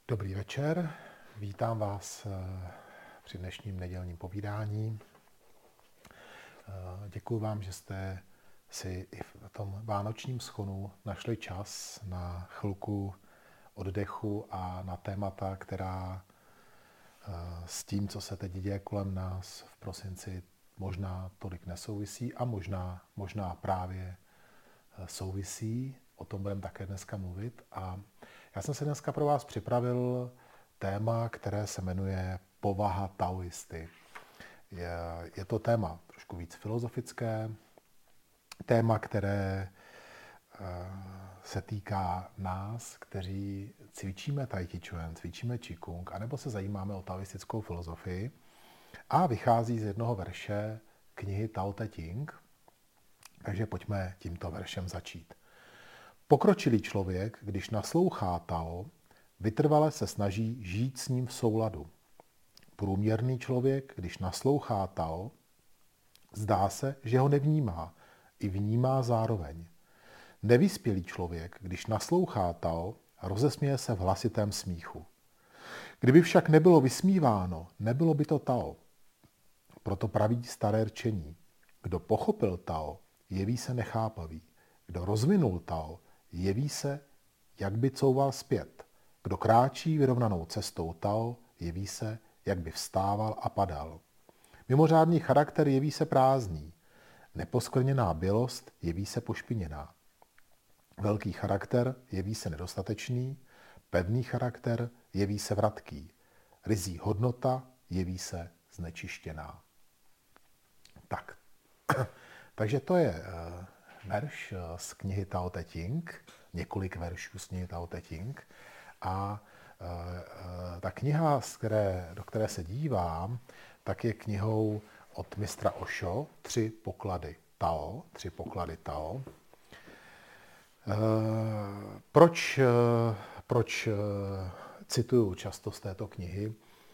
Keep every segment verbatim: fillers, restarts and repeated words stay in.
Dobrý večer, vítám vás při dnešním nedělním povídání. Děkuji vám, že jste si i v tom vánočním schonu našli čas na chvilku oddechu a na témata, která s tím, co se teď děje kolem nás v prosinci, možná tolik nesouvisí a možná, možná právě souvisí. O tom budeme také dneska mluvit. A já jsem se dneska pro vás připravil téma, které se jmenuje povaha taoisty. Je, je to téma trošku víc filozofické, téma, které se týká nás, kteří cvičíme Tai Chi Chuan, cvičíme Qigong, anebo se zajímáme o taoistickou filozofii a vychází z jednoho verše knihy Tao Te Ching. Takže pojďme tímto veršem začít. Pokročilý člověk, když naslouchá Tao, vytrvale se snaží žít s ním v souladu. Průměrný člověk, když naslouchá Tao, zdá se, že ho nevnímá, i vnímá zároveň. Nevyspělý člověk, když naslouchá Tao, rozesměje se v hlasitém smíchu. Kdyby však nebylo vysmíváno, nebylo by to Tao. Proto praví staré rčení. Kdo pochopil Tao, jeví se nechápavý. Kdo rozvinul Tao, jeví se, jak by couval zpět. Kdo kráčí vyrovnanou cestou Tao, jeví se, jak by vstával a padal. Mimořádný charakter jeví se prázdný. Neposkvrněná bělost jeví se pošpiněná. Velký charakter jeví se nedostatečný. Pevný charakter jeví se vratký. Ryzí hodnota jeví se znečištěná. Tak, takže to je verš z knihy Tao Te Ching, několik veršů z knihy Tao Te Ching. A ta kniha, z které, do které se dívám, tak je knihou od mistra Osho, Tři poklady Tao. Tři poklady Tao. Proč, proč cituju často z této knihy?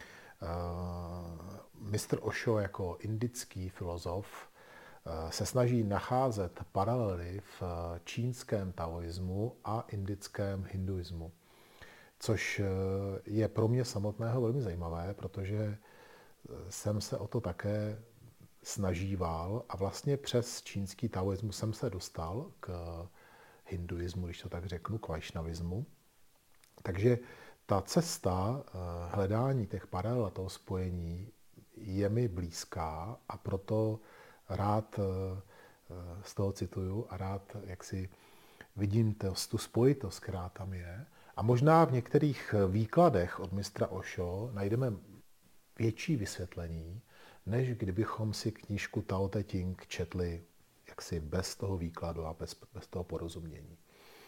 mistr Osho jako indický filozof se snaží nacházet paralely v čínském taoismu a indickém hinduismu, což je pro mě samotného velmi zajímavé, protože jsem se o to také snažíval a vlastně přes čínský taoismus jsem se dostal k hinduismu, když to tak řeknu, k vajšnavismu. Takže ta cesta hledání těch paralel a toho spojení je mi blízká a proto rád z toho cituju a rád jak si vidím tu spojitost, která tam je. A možná v některých výkladech od mistra Osho najdeme větší vysvětlení, než kdybychom si knížku Tao Te Ching četli jaksi bez toho výkladu a bez, bez toho porozumění.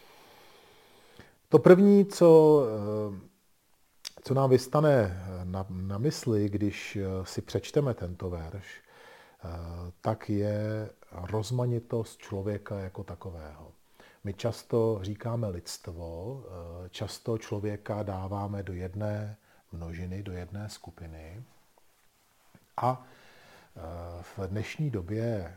To první, co, co nám vystane na, na mysli, když si přečteme tento verš, tak je rozmanitost člověka jako takového. My často říkáme lidstvo, často člověka dáváme do jedné množiny, do jedné skupiny. A v dnešní době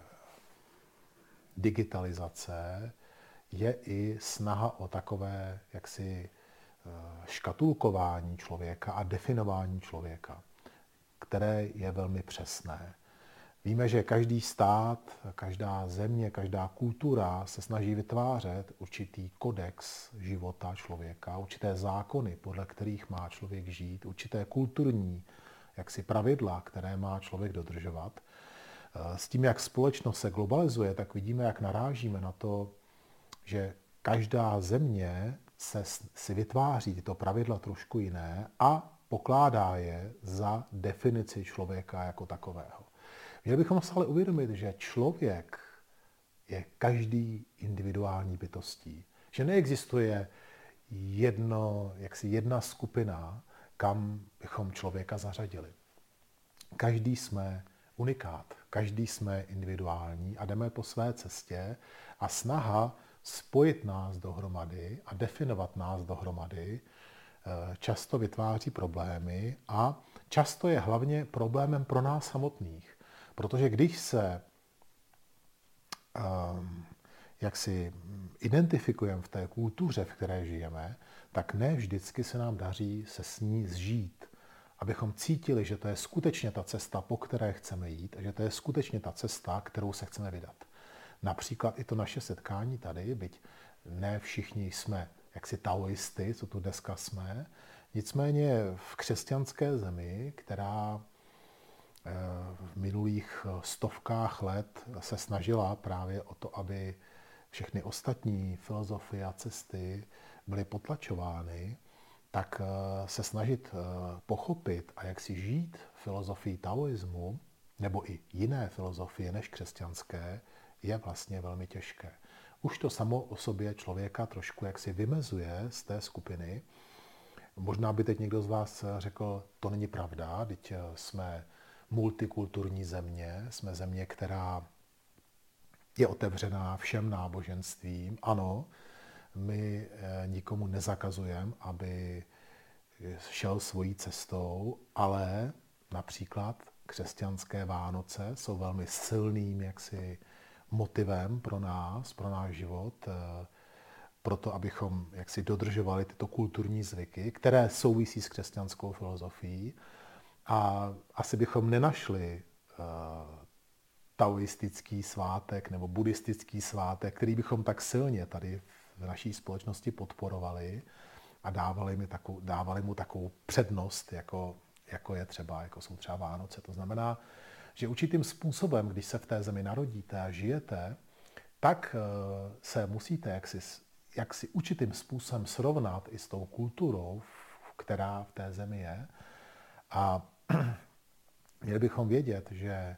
digitalizace je i snaha o takové jaksi škatulkování člověka a definování člověka, které je velmi přesné. Víme, že každý stát, každá země, každá kultura se snaží vytvářet určitý kodex života člověka, určité zákony, podle kterých má člověk žít, určité kulturní jaksi pravidla, které má člověk dodržovat. S tím, jak společnost se globalizuje, tak vidíme, jak narážíme na to, že každá země se, si vytváří tyto pravidla trošku jiné a pokládá je za definici člověka jako takového. Měli bychom se ale uvědomit, že člověk je každý individuální bytostí. Že neexistuje jedno, jaksi jedna skupina, kam bychom člověka zařadili. Každý jsme unikát, každý jsme individuální a jdeme po své cestě a snaha spojit nás dohromady a definovat nás dohromady často vytváří problémy a často je hlavně problémem pro nás samotných. Protože když se um, jak si identifikujeme v té kultuře, v které žijeme, tak ne vždycky se nám daří se s ní zžít. Abychom cítili, že to je skutečně ta cesta, po které chceme jít a že to je skutečně ta cesta, kterou se chceme vydat. Například i to naše setkání tady, byť ne všichni jsme jaksi taoisty, co tu dneska jsme, nicméně v křesťanské zemi, která v minulých stovkách let se snažila právě o to, aby všechny ostatní filozofie a cesty byly potlačovány, tak se snažit pochopit a jak si žít filozofii taoismu nebo i jiné filozofie než křesťanské je vlastně velmi těžké. Už to samo o sobě člověka trošku jaksi vymezuje z té skupiny. Možná by teď někdo z vás řekl, to není pravda, teď jsme multikulturní země, jsme země, která je otevřená všem náboženstvím. Ano, my nikomu nezakazujeme, aby šel svojí cestou, ale například křesťanské Vánoce jsou velmi silným jaksi motivem pro nás, pro náš život, proto abychom jaksi dodržovali tyto kulturní zvyky, které souvisí s křesťanskou filozofií. A asi bychom nenašli uh, taoistický svátek nebo buddhistický svátek, který bychom tak silně tady v naší společnosti podporovali a dávali, mi takovou, dávali mu takovou přednost, jako, jako je třeba, jako jsou třeba Vánoce. To znamená, že určitým způsobem, když se v té zemi narodíte a žijete, tak uh, se musíte jaksi, jaksi určitým způsobem srovnat i s tou kulturou, která v té zemi je. A měli bychom vědět, že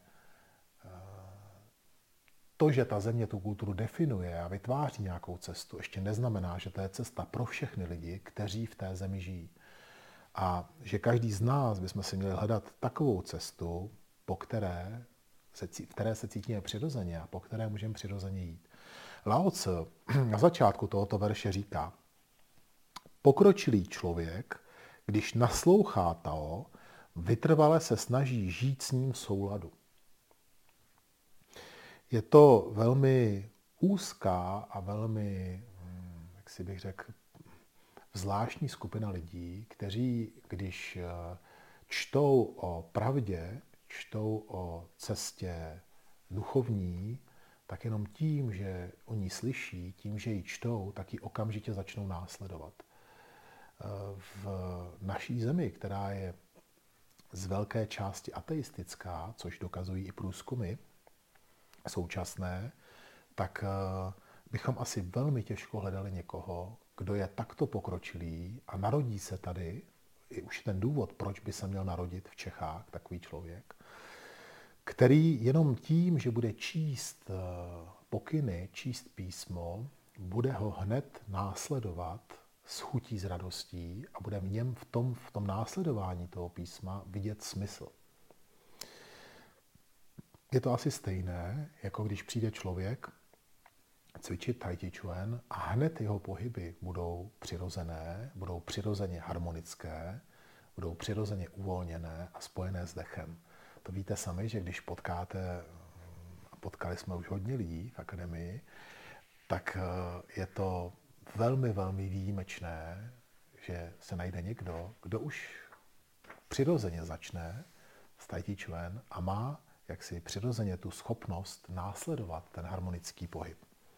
to, že ta země tu kulturu definuje a vytváří nějakou cestu, ještě neznamená, že to je cesta pro všechny lidi, kteří v té zemi žijí. A že každý z nás bychom si měli hledat takovou cestu, po které se, v které se cítíme přirozeně a po které můžeme přirozeně jít. Lao Tzu na začátku tohoto verše říká, pokročilý člověk, když naslouchá Tao, vytrvale se snaží žít s ním v souladu. Je to velmi úzká a velmi, jak si bych řekl, zvláštní skupina lidí, kteří, když čtou o pravdě, čtou o cestě duchovní, tak jenom tím, že o ní slyší, tím, že ji čtou, tak ji okamžitě začnou následovat. V naší zemi, která je z velké části ateistická, což dokazují i průzkumy současné, tak bychom asi velmi těžko hledali někoho, kdo je takto pokročilý a narodí se tady, je už ten důvod, proč by se měl narodit v Čechách takový člověk, který jenom tím, že bude číst pokyny, číst písmo, bude ho hned následovat s chutí, s radostí a bude v něm v tom, v tom následování toho písma vidět smysl. Je to asi stejné, jako když přijde člověk cvičit Tai Chi Chuan a hned jeho pohyby budou přirozené, budou přirozeně harmonické, budou přirozeně uvolněné a spojené s dechem. To víte sami, že když potkáte, a potkali jsme už hodně lidí v akademii, tak je to velmi, velmi výjimečné, že se najde někdo, kdo už přirozeně začne s Tai Chi Chuan a má jaksi přirozeně tu schopnost následovat ten harmonický pohyb.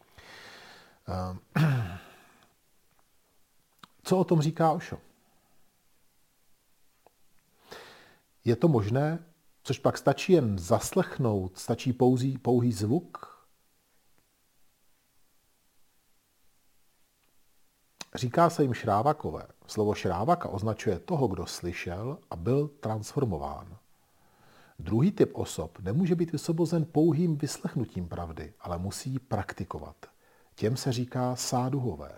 Co o tom říká Osho? Je to možné, což pak stačí jen zaslechnout, stačí pouhý, pouhý zvuk? Říká se jim šrávakové. Slovo šrávaka označuje toho, kdo slyšel a byl transformován. Druhý typ osob nemůže být vysvobozen pouhým vyslechnutím pravdy, ale musí ji praktikovat. Těm se říká sáduhové.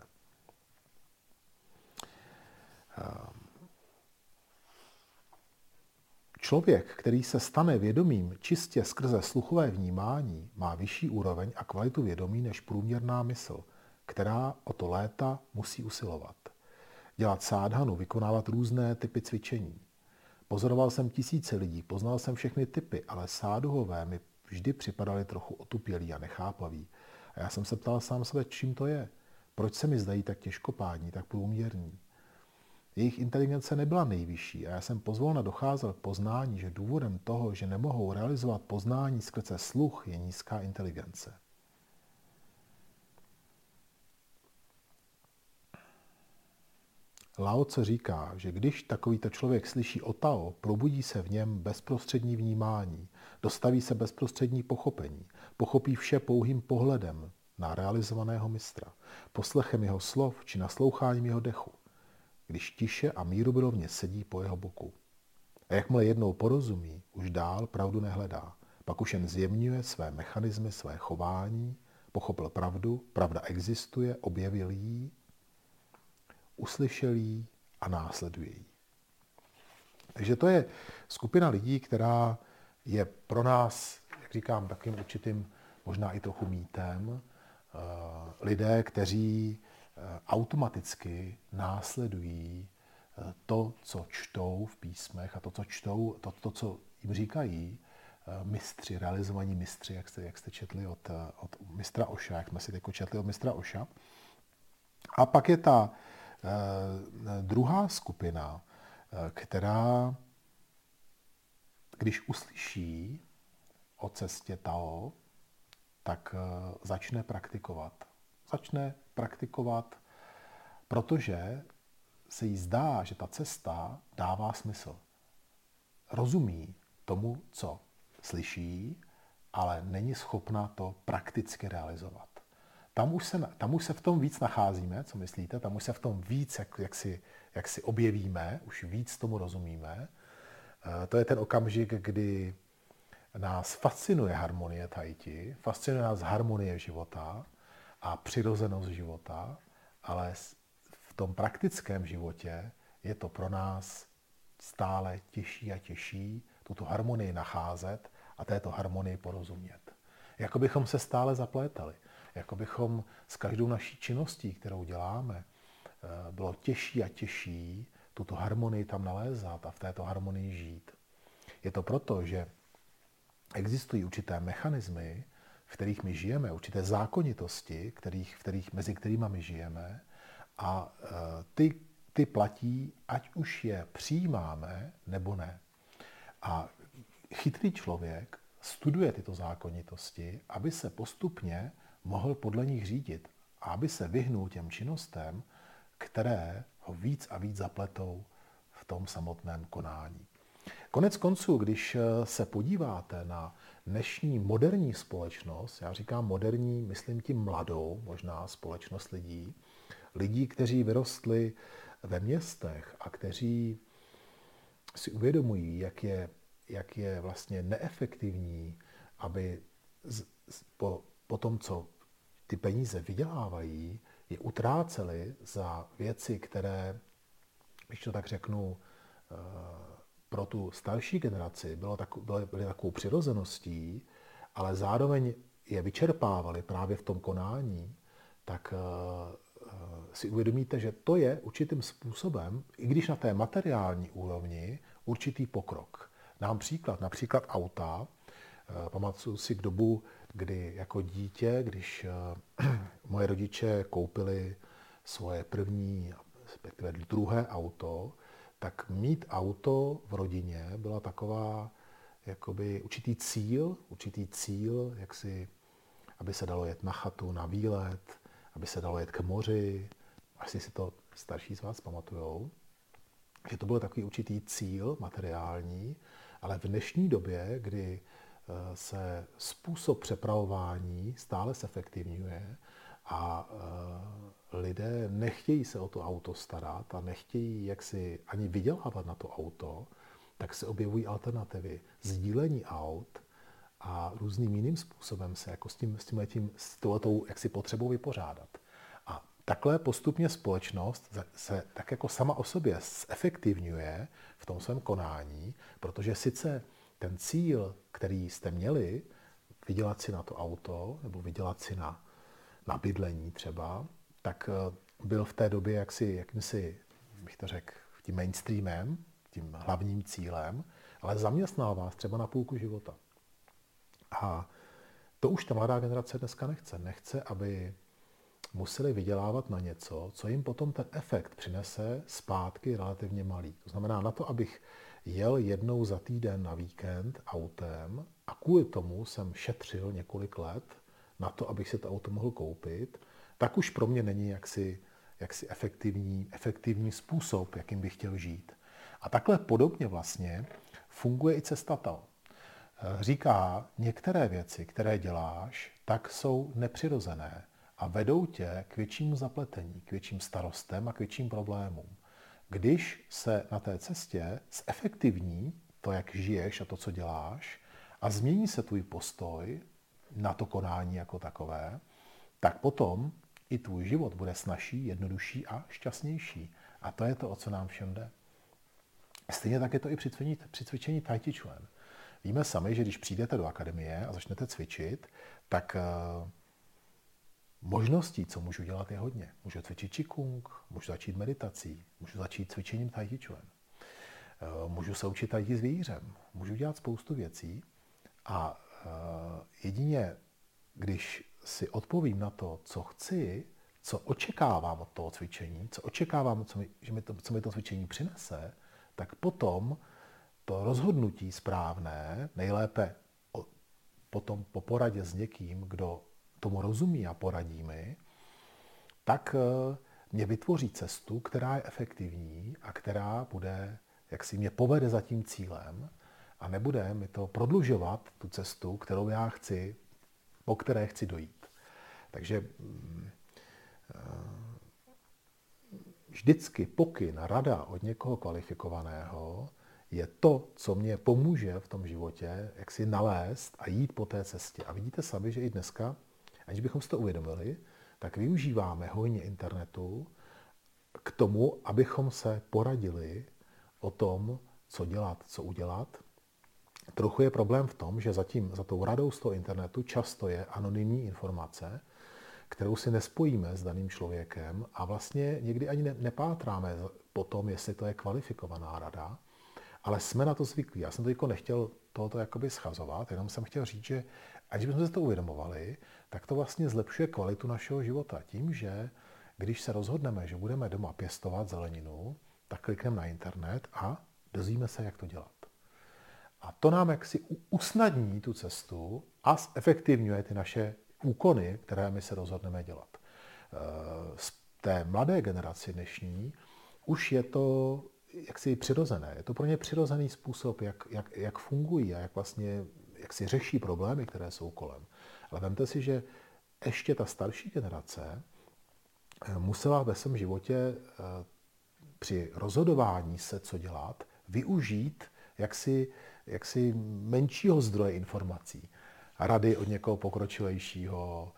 Člověk, který se stane vědomým čistě skrze sluchové vnímání, má vyšší úroveň a kvalitu vědomí než průměrná mysl, která o to léta musí usilovat. Dělat sádhanu, vykonávat různé typy cvičení. Pozoroval jsem tisíce lidí, poznal jsem všechny typy, ale sáduhové mi vždy připadali trochu otupělí a nechápaví. A já jsem se ptal sám sebe, čím to je. Proč se mi zdají tak těžkopádní, tak průměrní? Jejich inteligence nebyla nejvyšší a já jsem pozvolna docházel k poznání, že důvodem toho, že nemohou realizovat poznání skrze sluch, je nízká inteligence. Lao Tse říká, že když takovýto člověk slyší o Tao, probudí se v něm bezprostřední vnímání, dostaví se bezprostřední pochopení, pochopí vše pouhým pohledem na realizovaného mistra, poslechem jeho slov či nasloucháním jeho dechu, když tiše a mírumilovně sedí po jeho boku. A jakmile jednou porozumí, už dál pravdu nehledá, pak už jen zjemňuje své mechanismy, své chování, pochopil pravdu, pravda existuje, objevil ji, uslyšel ji a následuje ji. Takže to je skupina lidí, která je pro nás, jak říkám, takovým určitým, možná i trochu mýtem, lidé, kteří automaticky následují to, co čtou v písmech a to, co čtou, to, to co jim říkají mistři, realizovaní mistři, jak jste, jak jste četli od, od mistra Oša, jak jsme si teď četli od mistra Oša. A pak je ta eh, druhá skupina, eh, která, když uslyší o cestě Tao, tak eh, začne praktikovat. Začne praktikovat, protože se jí zdá, že ta cesta dává smysl. Rozumí tomu, co slyší, ale není schopna to prakticky realizovat. Tam už se, tam už se v tom víc nacházíme, co myslíte? Tam už se v tom víc, jak, jak, si, jak si objevíme, už víc tomu rozumíme. To je ten okamžik, kdy nás fascinuje harmonie Tahiti, fascinuje nás harmonie života a přirozenost života, ale v tom praktickém životě je to pro nás stále těžší a těžší tuto harmonii nacházet a této harmonii porozumět. Jako bychom se stále zaplétali. Jako bychom s každou naší činností, kterou děláme, bylo těžší a těžší tuto harmonii tam nalézat a v této harmonii žít. Je to proto, že existují určité mechanismy, v kterých my žijeme, určité zákonitosti, kterých, v kterých, mezi kterými my žijeme, a ty, ty platí, ať už je přijímáme, nebo ne. A chytrý člověk studuje tyto zákonitosti, aby se postupně mohl podle nich řídit a aby se vyhnul těm činnostem, které ho víc a víc zapletou v tom samotném konání. Konec konců, když se podíváte na dnešní moderní společnost, já říkám moderní, myslím tím mladou, možná společnost lidí, lidí, kteří vyrostli ve městech a kteří si uvědomují, jak je, jak je vlastně neefektivní, aby z, z, po, po tom, co ty peníze vydělávají, je utráceli za věci, které, když to tak řeknu, pro tu starší generaci bylo tak, byly, byly takovou přirozeností, ale zároveň je vyčerpávali právě v tom konání, tak si uvědomíte, že to je určitým způsobem, i když na té materiální úrovni, určitý pokrok. Dám příklad, například auta. Pamatuju si k dobu, kdy jako dítě, když moje rodiče koupili svoje první, respektive druhé auto, tak mít auto v rodině byla taková jakoby určitý cíl, určitý cíl, jak si, aby se dalo jet na chatu, na výlet, aby se dalo jet k moři, asi si to starší z vás pamatujou, že to byl takový určitý cíl materiální, ale v dnešní době, kdy se způsob přepravování stále zefektivňuje a lidé nechtějí se o to auto starat a nechtějí jaksi ani vydělávat na to auto, tak se objevují alternativy sdílení aut a různým jiným způsobem se jako s tím, s tímhletím, s touhletou jaksi potřebou vypořádat. A takhle postupně společnost se tak jako sama o sobě zefektivňuje v tom svém konání, protože sice ten cíl, který jste měli, vydělat si na to auto nebo vydělat si na, na bydlení třeba, tak byl v té době jaksi, jakýmsi, bych to řekl, tím mainstreamem, tím hlavním cílem, ale zaměstnal vás třeba na půlku života. A To už ta mladá generace dneska nechce. Nechce, aby museli vydělávat na něco, co jim potom ten efekt přinese zpátky relativně malý. To znamená, na to, abych jel jednou za týden na víkend autem a kvůli tomu jsem šetřil několik let na to, abych si to auto mohl koupit, tak už pro mě není jaksi, jaksi efektivní, efektivní způsob, jakým bych chtěl žít. A takhle podobně vlastně funguje i cesta Tao. Říká, některé věci, které děláš, tak jsou nepřirozené a vedou tě k většímu zapletení, k větším starostem a k větším problémům. Když se na té cestě zefektivní to, jak žiješ a to, co děláš, a změní se tvůj postoj na to konání jako takové, tak potom i tvůj život bude snazší, jednodušší a šťastnější. A to je to, o co nám všem jde. Stejně tak je to i při cvičení, při cvičení Tai Chi Chuan. Víme sami, že když přijdete do akademie a začnete cvičit, tak uh, možností, co můžu dělat, je hodně. Můžu cvičit Qigong, můžu začít meditací, můžu začít cvičením Tai Chi Chuan. Uh, můžu se učit Tai Chi s vějířem, můžu dělat spoustu věcí a uh, jedině, když si odpovím na to, co chci, co očekávám od toho cvičení, co očekávám, co mi, že mi to, co mi to cvičení přinese, tak potom to rozhodnutí správné, nejlépe potom po poradě s někým, kdo tomu rozumí a poradí mi, tak mě vytvoří cestu, která je efektivní a která bude, jak si mě povede za tím cílem a nebude mi to prodlužovat tu cestu, kterou já chci, po které chci dojít. Takže vždycky pokyn, rada od někoho kvalifikovaného je to, co mě pomůže v tom životě, jak si nalézt a jít po té cestě. A vidíte sami, že i dneska, aniž bychom si to uvědomili, tak využíváme hojně internetu k tomu, abychom se poradili o tom, co dělat, co udělat. Trochu je problém v tom, že zatím za tou radou z toho internetu často je anonymní informace, kterou si nespojíme s daným člověkem a vlastně někdy ani nepátráme po tom, jestli to je kvalifikovaná rada, ale jsme na to zvyklí. Já jsem to jako nechtěl tohoto jakoby schazovat, jenom jsem chtěl říct, že aniž bychom si to uvědomovali, tak to vlastně zlepšuje kvalitu našeho života tím, že když se rozhodneme, že budeme doma pěstovat zeleninu, tak klikneme na internet a dozvíme se, jak to dělat. A to nám jaksi usnadní tu cestu a zefektivňuje ty naše úkony, které my se rozhodneme dělat. Z té mladé generaci dnešní už je to jaksi přirozené. Je to pro ně přirozený způsob, jak, jak, jak fungují a jak vlastně jak si řeší problémy, které jsou kolem. Ale vemte si, že ještě ta starší generace musela ve svém životě při rozhodování se, co dělat, využít jaksi, jaksi menšího zdroje informací. Rady od někoho pokročilejšího,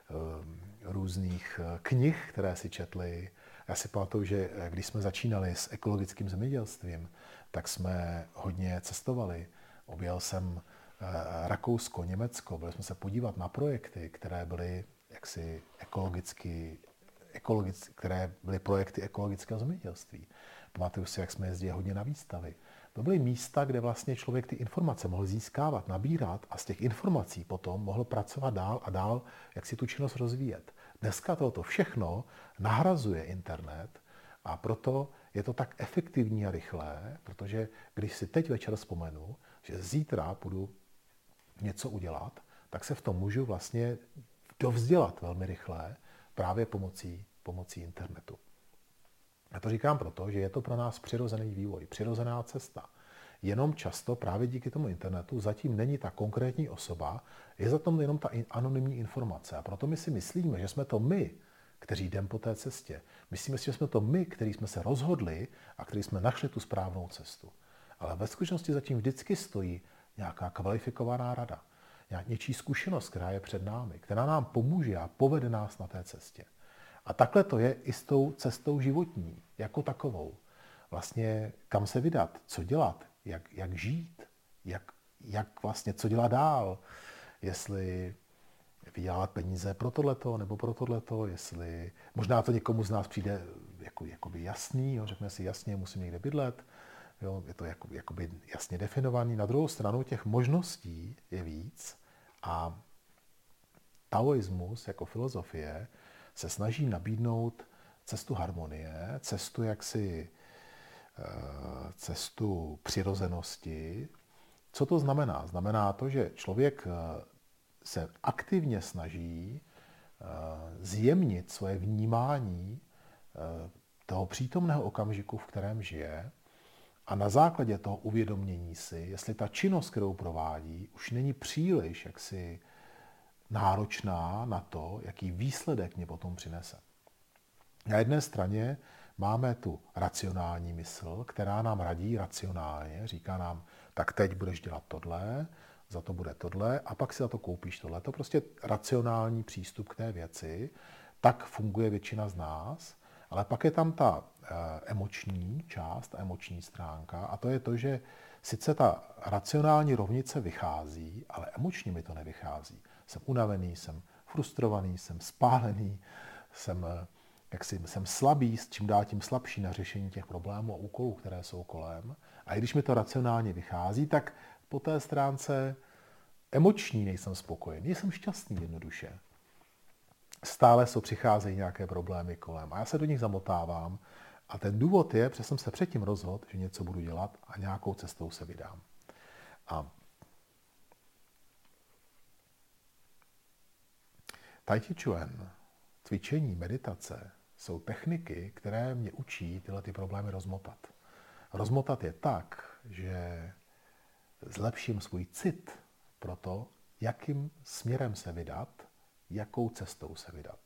různých knih, které si četli. Já si pamatuju, že když jsme začínali s ekologickým zemědělstvím, tak jsme hodně cestovali. Objel jsem Rakousko, Německo, byli jsme se podívat na projekty, které byly jaksi ekologicky, ekologicky, které byly projekty ekologického zemědělství. Pamatuju si, jak jsme jezdili hodně na výstavy. To byly místa, kde vlastně člověk ty informace mohl získávat, nabírat a z těch informací potom mohl pracovat dál a dál, jak si tu činnost rozvíjet. Dneska toto všechno nahrazuje internet a proto je to tak efektivní a rychlé, protože když si teď večer vzpomenu, že zítra půjdu něco udělat, tak se v tom můžu vlastně dovzdělat velmi rychle právě pomocí, pomocí internetu. Já to říkám proto, že je to pro nás přirozený vývoj, přirozená cesta. Jenom často právě díky tomu internetu zatím není ta konkrétní osoba, je za tom jenom ta anonymní informace. A proto my si myslíme, že jsme to my, kteří jdeme po té cestě. Myslíme si, že jsme to my, kteří jsme se rozhodli a kteří jsme našli tu správnou cestu. Ale ve skutečnosti zatím vždycky stojí nějaká kvalifikovaná rada, něčí zkušenost, která je před námi, která nám pomůže a povede nás na té cestě. A takhle to je i s tou cestou životní, jako takovou. Vlastně kam se vydat, co dělat, jak, jak žít, jak, jak vlastně, co dělat dál, jestli vydělat peníze pro tohleto nebo pro tohleto, jestli možná to někomu z nás přijde jako, jakoby jasný, jo, řekne si jasně, musím někde bydlet, jo, je to jako, jakoby jasně definovaný. Na druhou stranu těch možností je víc a taoismus jako filozofie se snaží nabídnout cestu harmonie, cestu jaksi, cestu přirozenosti. Co to znamená? Znamená to, že člověk se aktivně snaží zjemnit svoje vnímání toho přítomného okamžiku, v kterém žije, a na základě toho uvědomění si, jestli ta činnost, kterou provádí, už není příliš jaksi náročná na to, jaký výsledek mě potom přinese. Na jedné straně máme tu racionální mysl, která nám radí racionálně, říká nám, tak teď budeš dělat tohle, za to bude tohle a pak si za to koupíš tohle. To prostě racionální přístup k té věci, tak funguje většina z nás, ale pak je tam ta emoční část, ta emoční stránka a to je to, že sice ta racionální rovnice vychází, ale emočně mi to nevychází. Jsem unavený, jsem frustrovaný, jsem spálený, jsem, jaksi, jsem slabý, s čím dál tím slabší na řešení těch problémů a úkolů, které jsou kolem. A i když mi to racionálně vychází, tak po té stránce emoční nejsem spokojený, jsem šťastný jednoduše. Stále jsou přicházejí nějaké problémy kolem a já se do nich zamotávám a ten důvod je, protože jsem se předtím rozhodl, že něco budu dělat a nějakou cestou se vydám. A Tai Chi Chuan, cvičení, meditace, jsou techniky, které mě učí tyhle ty problémy rozmotat. Rozmotat je tak, že zlepším svůj cit pro to, jakým směrem se vydat, jakou cestou se vydat.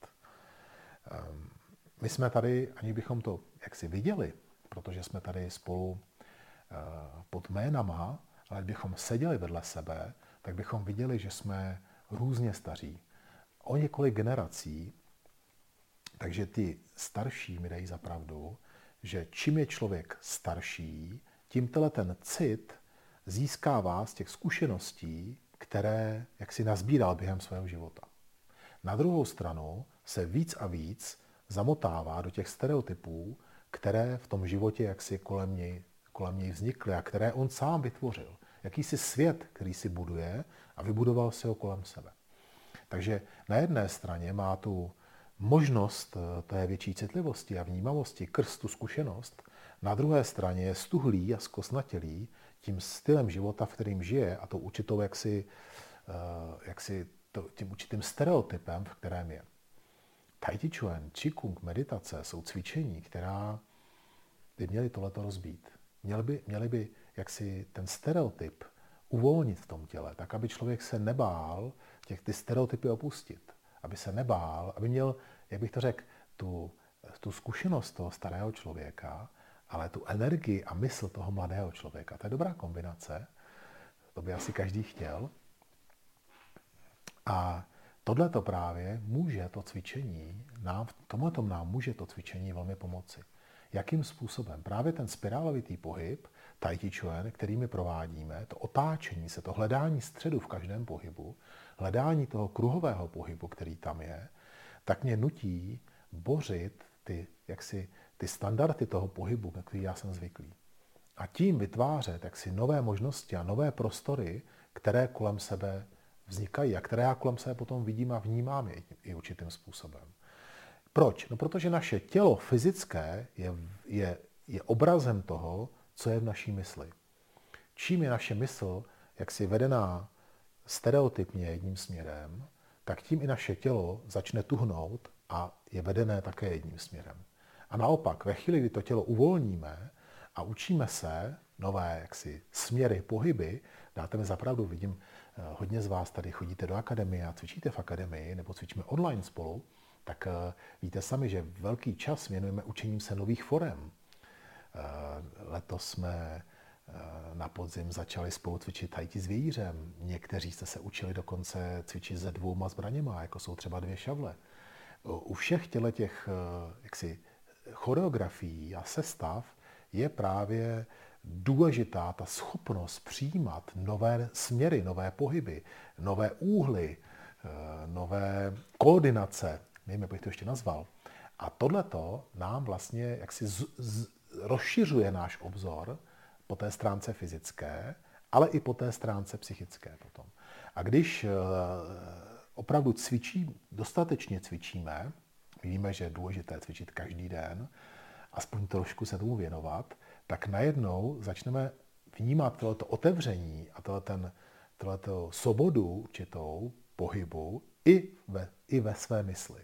My jsme tady, ani bychom to jaksi viděli, protože jsme tady spolu pod jménama, ale kdybychom seděli vedle sebe, tak bychom viděli, že jsme různě staří. O několik generací, takže ty starší mi dají za pravdu, že čím je člověk starší, tím tenhle ten cit získává z těch zkušeností, které jak si nazbíral během svého života. Na druhou stranu se víc a víc zamotává do těch stereotypů, které v tom životě jaksi kolem něj, kolem něj vznikly a které on sám vytvořil. Jakýsi svět, který si buduje a vybudoval si ho kolem sebe. Takže na jedné straně má tu možnost té větší citlivosti a vnímavosti krz tu zkušenost, na druhé straně je stuhlý a zkostnatělý tím stylem života, v kterým žije a tou určitou jaksi, jaksi to, tím určitým stereotypem, v kterém je. Tai Chi Chuan, Qigong, meditace jsou cvičení, která by měly tohleto rozbít. Měly by, měly by jaksi ten stereotyp uvolnit v tom těle, tak aby člověk se nebál těch ty stereotypy opustit. Aby se nebál, aby měl, jak bych to řekl, tu, tu zkušenost toho starého člověka, ale tu energii a mysl toho mladého člověka. To je dobrá kombinace. To by asi každý chtěl. A tohleto právě může to cvičení, nám, v tomhletom nám může to cvičení velmi pomoci. Jakým způsobem? Právě ten spirálovitý pohyb, Tai Chi Chuan, který my provádíme, to otáčení se, to hledání středu v každém pohybu, hledání toho kruhového pohybu, který tam je, tak mě nutí bořit ty, jaksi, ty standardy toho pohybu, na který já jsem zvyklý. A tím vytvářet jaksi nové možnosti a nové prostory, které kolem sebe vznikají a které já kolem sebe potom vidím a vnímám i, i určitým způsobem. Proč? No protože naše tělo fyzické je, je, je obrazem toho, co je v naší mysli. Čím je naše mysl jaksi vedená stereotypně jedním směrem, tak tím i naše tělo začne tuhnout a je vedené také jedním směrem. A naopak, ve chvíli, kdy to tělo uvolníme a učíme se nové jaksi směry, pohyby, dáte mi zapravdu, vidím, hodně z vás tady chodíte do akademie a cvičíte v akademii, nebo cvičíme online spolu, tak víte sami, že velký čas věnujeme učením se nových forem. Letos jsme na podzim začali spolu cvičit Tai Chi s vějířem. Někteří jste se učili dokonce cvičit se dvouma zbraněma, jako jsou třeba dvě šavle. U všech těch jaksi, choreografií a sestav je právě důležitá ta schopnost přijímat nové směry, nové pohyby, nové úhly, nové koordinace, nevím, jak bych to ještě nazval. A tohleto nám vlastně jaksi z, z, rozšiřuje náš obzor po té stránce fyzické, ale i po té stránce psychické potom. A když opravdu cvičí, dostatečně cvičíme, víme, že je důležité cvičit každý den, aspoň trošku se tomu věnovat, tak najednou začneme vnímat tohleto otevření a tohleto, tohleto svobodu určitou pohybu i ve, i ve své mysli.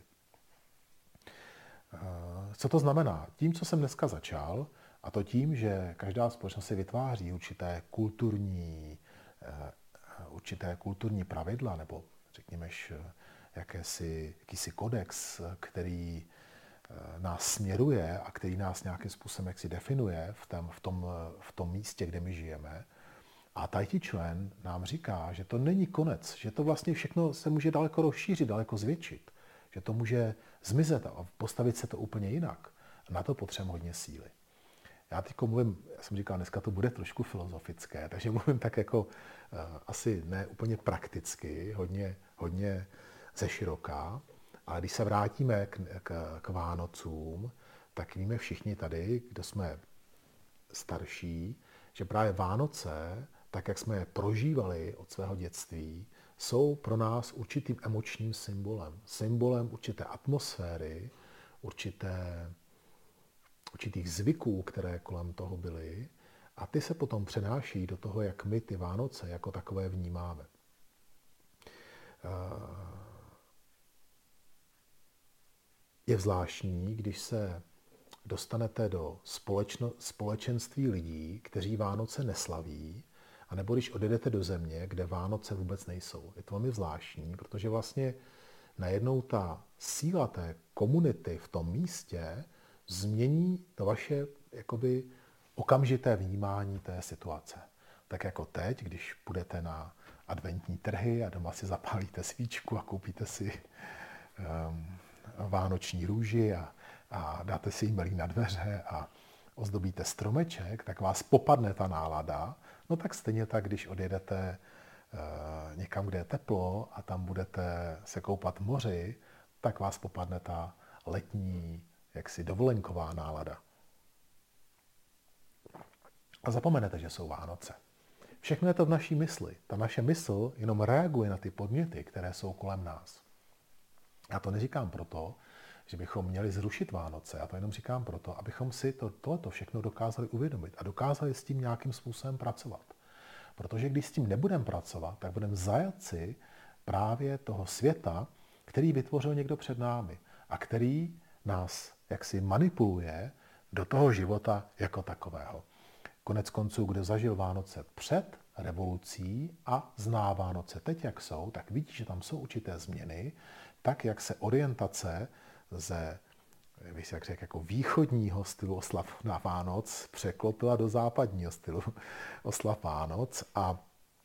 Co to znamená? Tím, co jsem dneska začal, a to tím, že každá společnost si vytváří určité kulturní, určité kulturní pravidla, nebo řekněme jakési, jakýsi kodex, který nás směruje a který nás nějakým způsobem jaksi definuje v tom, v tom, v tom místě, kde my žijeme. A tajti člen nám říká, že to není konec, že to vlastně všechno se může daleko rozšířit, daleko zvětšit, že to může zmizet a postavit se to úplně jinak. A na to potřebujeme hodně síly. Já teď mluvím, já jsem říkal, dneska to bude trošku filozofické, takže mluvím tak jako uh, asi ne úplně prakticky, hodně, hodně ze široká, ale když se vrátíme k, k, k Vánocům, tak víme všichni tady, kdo jsme starší, že právě Vánoce, tak jak jsme je prožívali od svého dětství, jsou pro nás určitým emočním symbolem. Symbolem určité atmosféry, určité, určitých zvyků, které kolem toho byly, a ty se potom přenáší do toho, jak my ty Vánoce jako takové vnímáme. Je zvláštní, když se dostanete do společno, společenství lidí, kteří Vánoce neslaví, anebo když odjedete do země, kde Vánoce vůbec nejsou. Je to velmi zvláštní, protože vlastně najednou ta síla té komunity v tom místě změní to vaše jakoby okamžité vnímání té situace. Tak jako teď, když půjdete na adventní trhy a doma si zapálíte svíčku a koupíte si um, vánoční růži a, a dáte si jí melí na dveře a ozdobíte stromeček, tak vás popadne ta nálada. No tak stejně tak, když odjedete uh, někam, kde je teplo a tam budete se koupat v moři, tak vás popadne ta letní, jaksi dovolenková nálada. A zapomenete, že jsou Vánoce. Všechno je to v naší mysli. Ta naše mysl jenom reaguje na ty podněty, které jsou kolem nás. Já to neříkám proto, že bychom měli zrušit Vánoce. Já to jenom říkám proto, abychom si to, tohleto všechno dokázali uvědomit a dokázali s tím nějakým způsobem pracovat. Protože když s tím nebudeme pracovat, tak budeme zajatci právě toho světa, který vytvořil někdo před námi a který nás jaksi manipuluje do toho života jako takového. Konec konců, kdo zažil Vánoce před revolucí a zná Vánoce teď, jak jsou, tak vidí, že tam jsou určité změny, tak jak se orientace ze, bych si jak řekl, jako východního stylu oslav na Vánoc překlopila do západního stylu oslav Vánoc a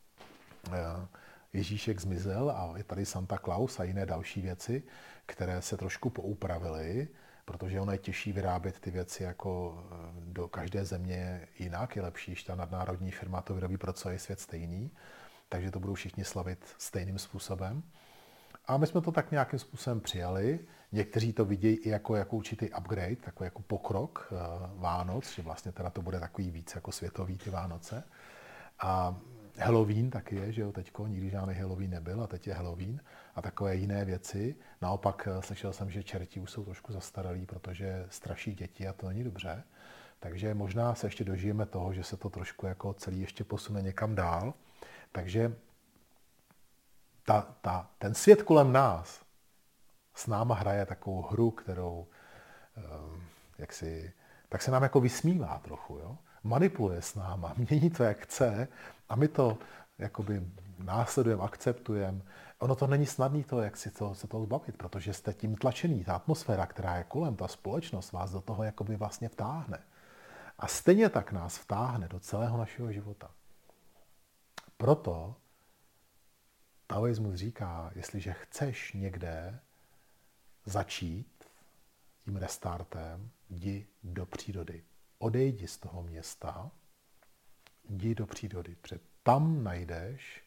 Ježíšek zmizel a je tady Santa Claus a jiné další věci, které se trošku poupravily, protože ono je těžší vyrábět ty věci jako do každé země jinak, je lepší, když ta nadnárodní firma to vyrobí pro celý svět stejný, takže to budou všichni slavit stejným způsobem. A my jsme to tak nějakým způsobem přijali. Někteří to vidějí i jako, jako určitý upgrade, takový jako pokrok Vánoc, že vlastně teda to bude takový víc jako světový ty Vánoce. A Halloween taky je, že jo, teďko, nikdy žádný Halloween nebyl a teď je Halloween a takové jiné věci. Naopak slyšel jsem, že čerti už jsou trošku zastaralí, protože straší děti a to není dobře. Takže možná se ještě dožijeme toho, že se to trošku jako celý ještě posune někam dál. Takže ta, ta, ten svět kolem nás s náma hraje takovou hru, kterou jak si, tak se nám jako vysmívá trochu, jo? Manipuluje s náma, mění to, jak chce a my to jakoby následujeme, akceptujeme. Ono to není snadné to, jak si to, se toho zbavit, protože jste tím tlačený, ta atmosféra, která je kolem, ta společnost vás do toho jakoby vlastně vtáhne. A stejně tak nás vtáhne do celého našeho života. Proto taoismus říká, jestliže chceš někde začít tím restartem, jdi do přírody. Odejdi z toho města, jdi do přírody, protože tam najdeš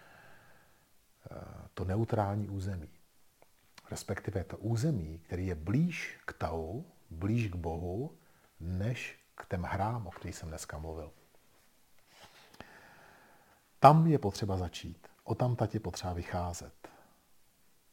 to neutrální území. Respektive to území, který je blíž k Tao, blíž k Bohu, než k těm hrám, o kterých jsem dneska mluvil. Tam je potřeba začít. O tamtať je potřeba vycházet.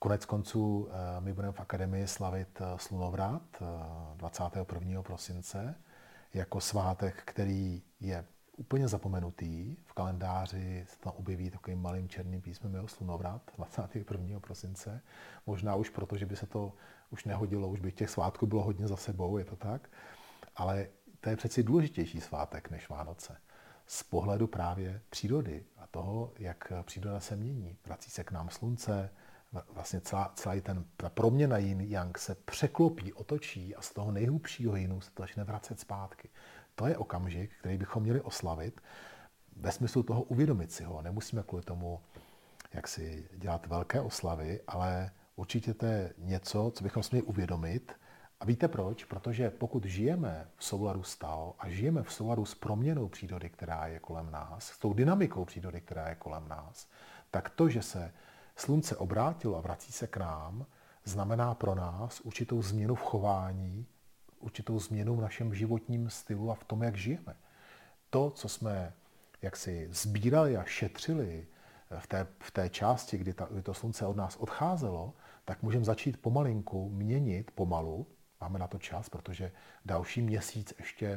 Konec konců my budeme v akademii slavit slunovrat dvacátého prvního prosince jako svátek, který je úplně zapomenutý. V kalendáři se tam objeví takovým malým černým písmem jeho slunovrat dvacátého prvního prosince. Možná už proto, že by se to už nehodilo, už by těch svátků bylo hodně za sebou, je to tak. Ale to je přeci důležitější svátek než Vánoce. Z pohledu právě přírody a toho, jak příroda se mění. Vrací se k nám slunce, vlastně celá, celá ten, ta proměna yin yang se překlopí, otočí a z toho nejhlubšího jinu se to začne vracet zpátky. To je okamžik, který bychom měli oslavit ve smyslu toho uvědomit si ho. Nemusíme kvůli tomu jak si dělat velké oslavy, ale určitě to je něco, co bychom si měli uvědomit. A víte proč? Protože pokud žijeme v souladu s Tao a žijeme v souladu s proměnou přírody, která je kolem nás, s tou dynamikou přírody, která je kolem nás, tak to, že se slunce obrátilo a vrací se k nám, znamená pro nás určitou změnu v chování, určitou změnu v našem životním stylu a v tom, jak žijeme. To, co jsme jaksi sbírali a šetřili v té, v té části, kdy, ta, kdy to slunce od nás odcházelo, tak můžeme začít pomalinku měnit pomalu. Máme na to čas, protože další měsíc ještě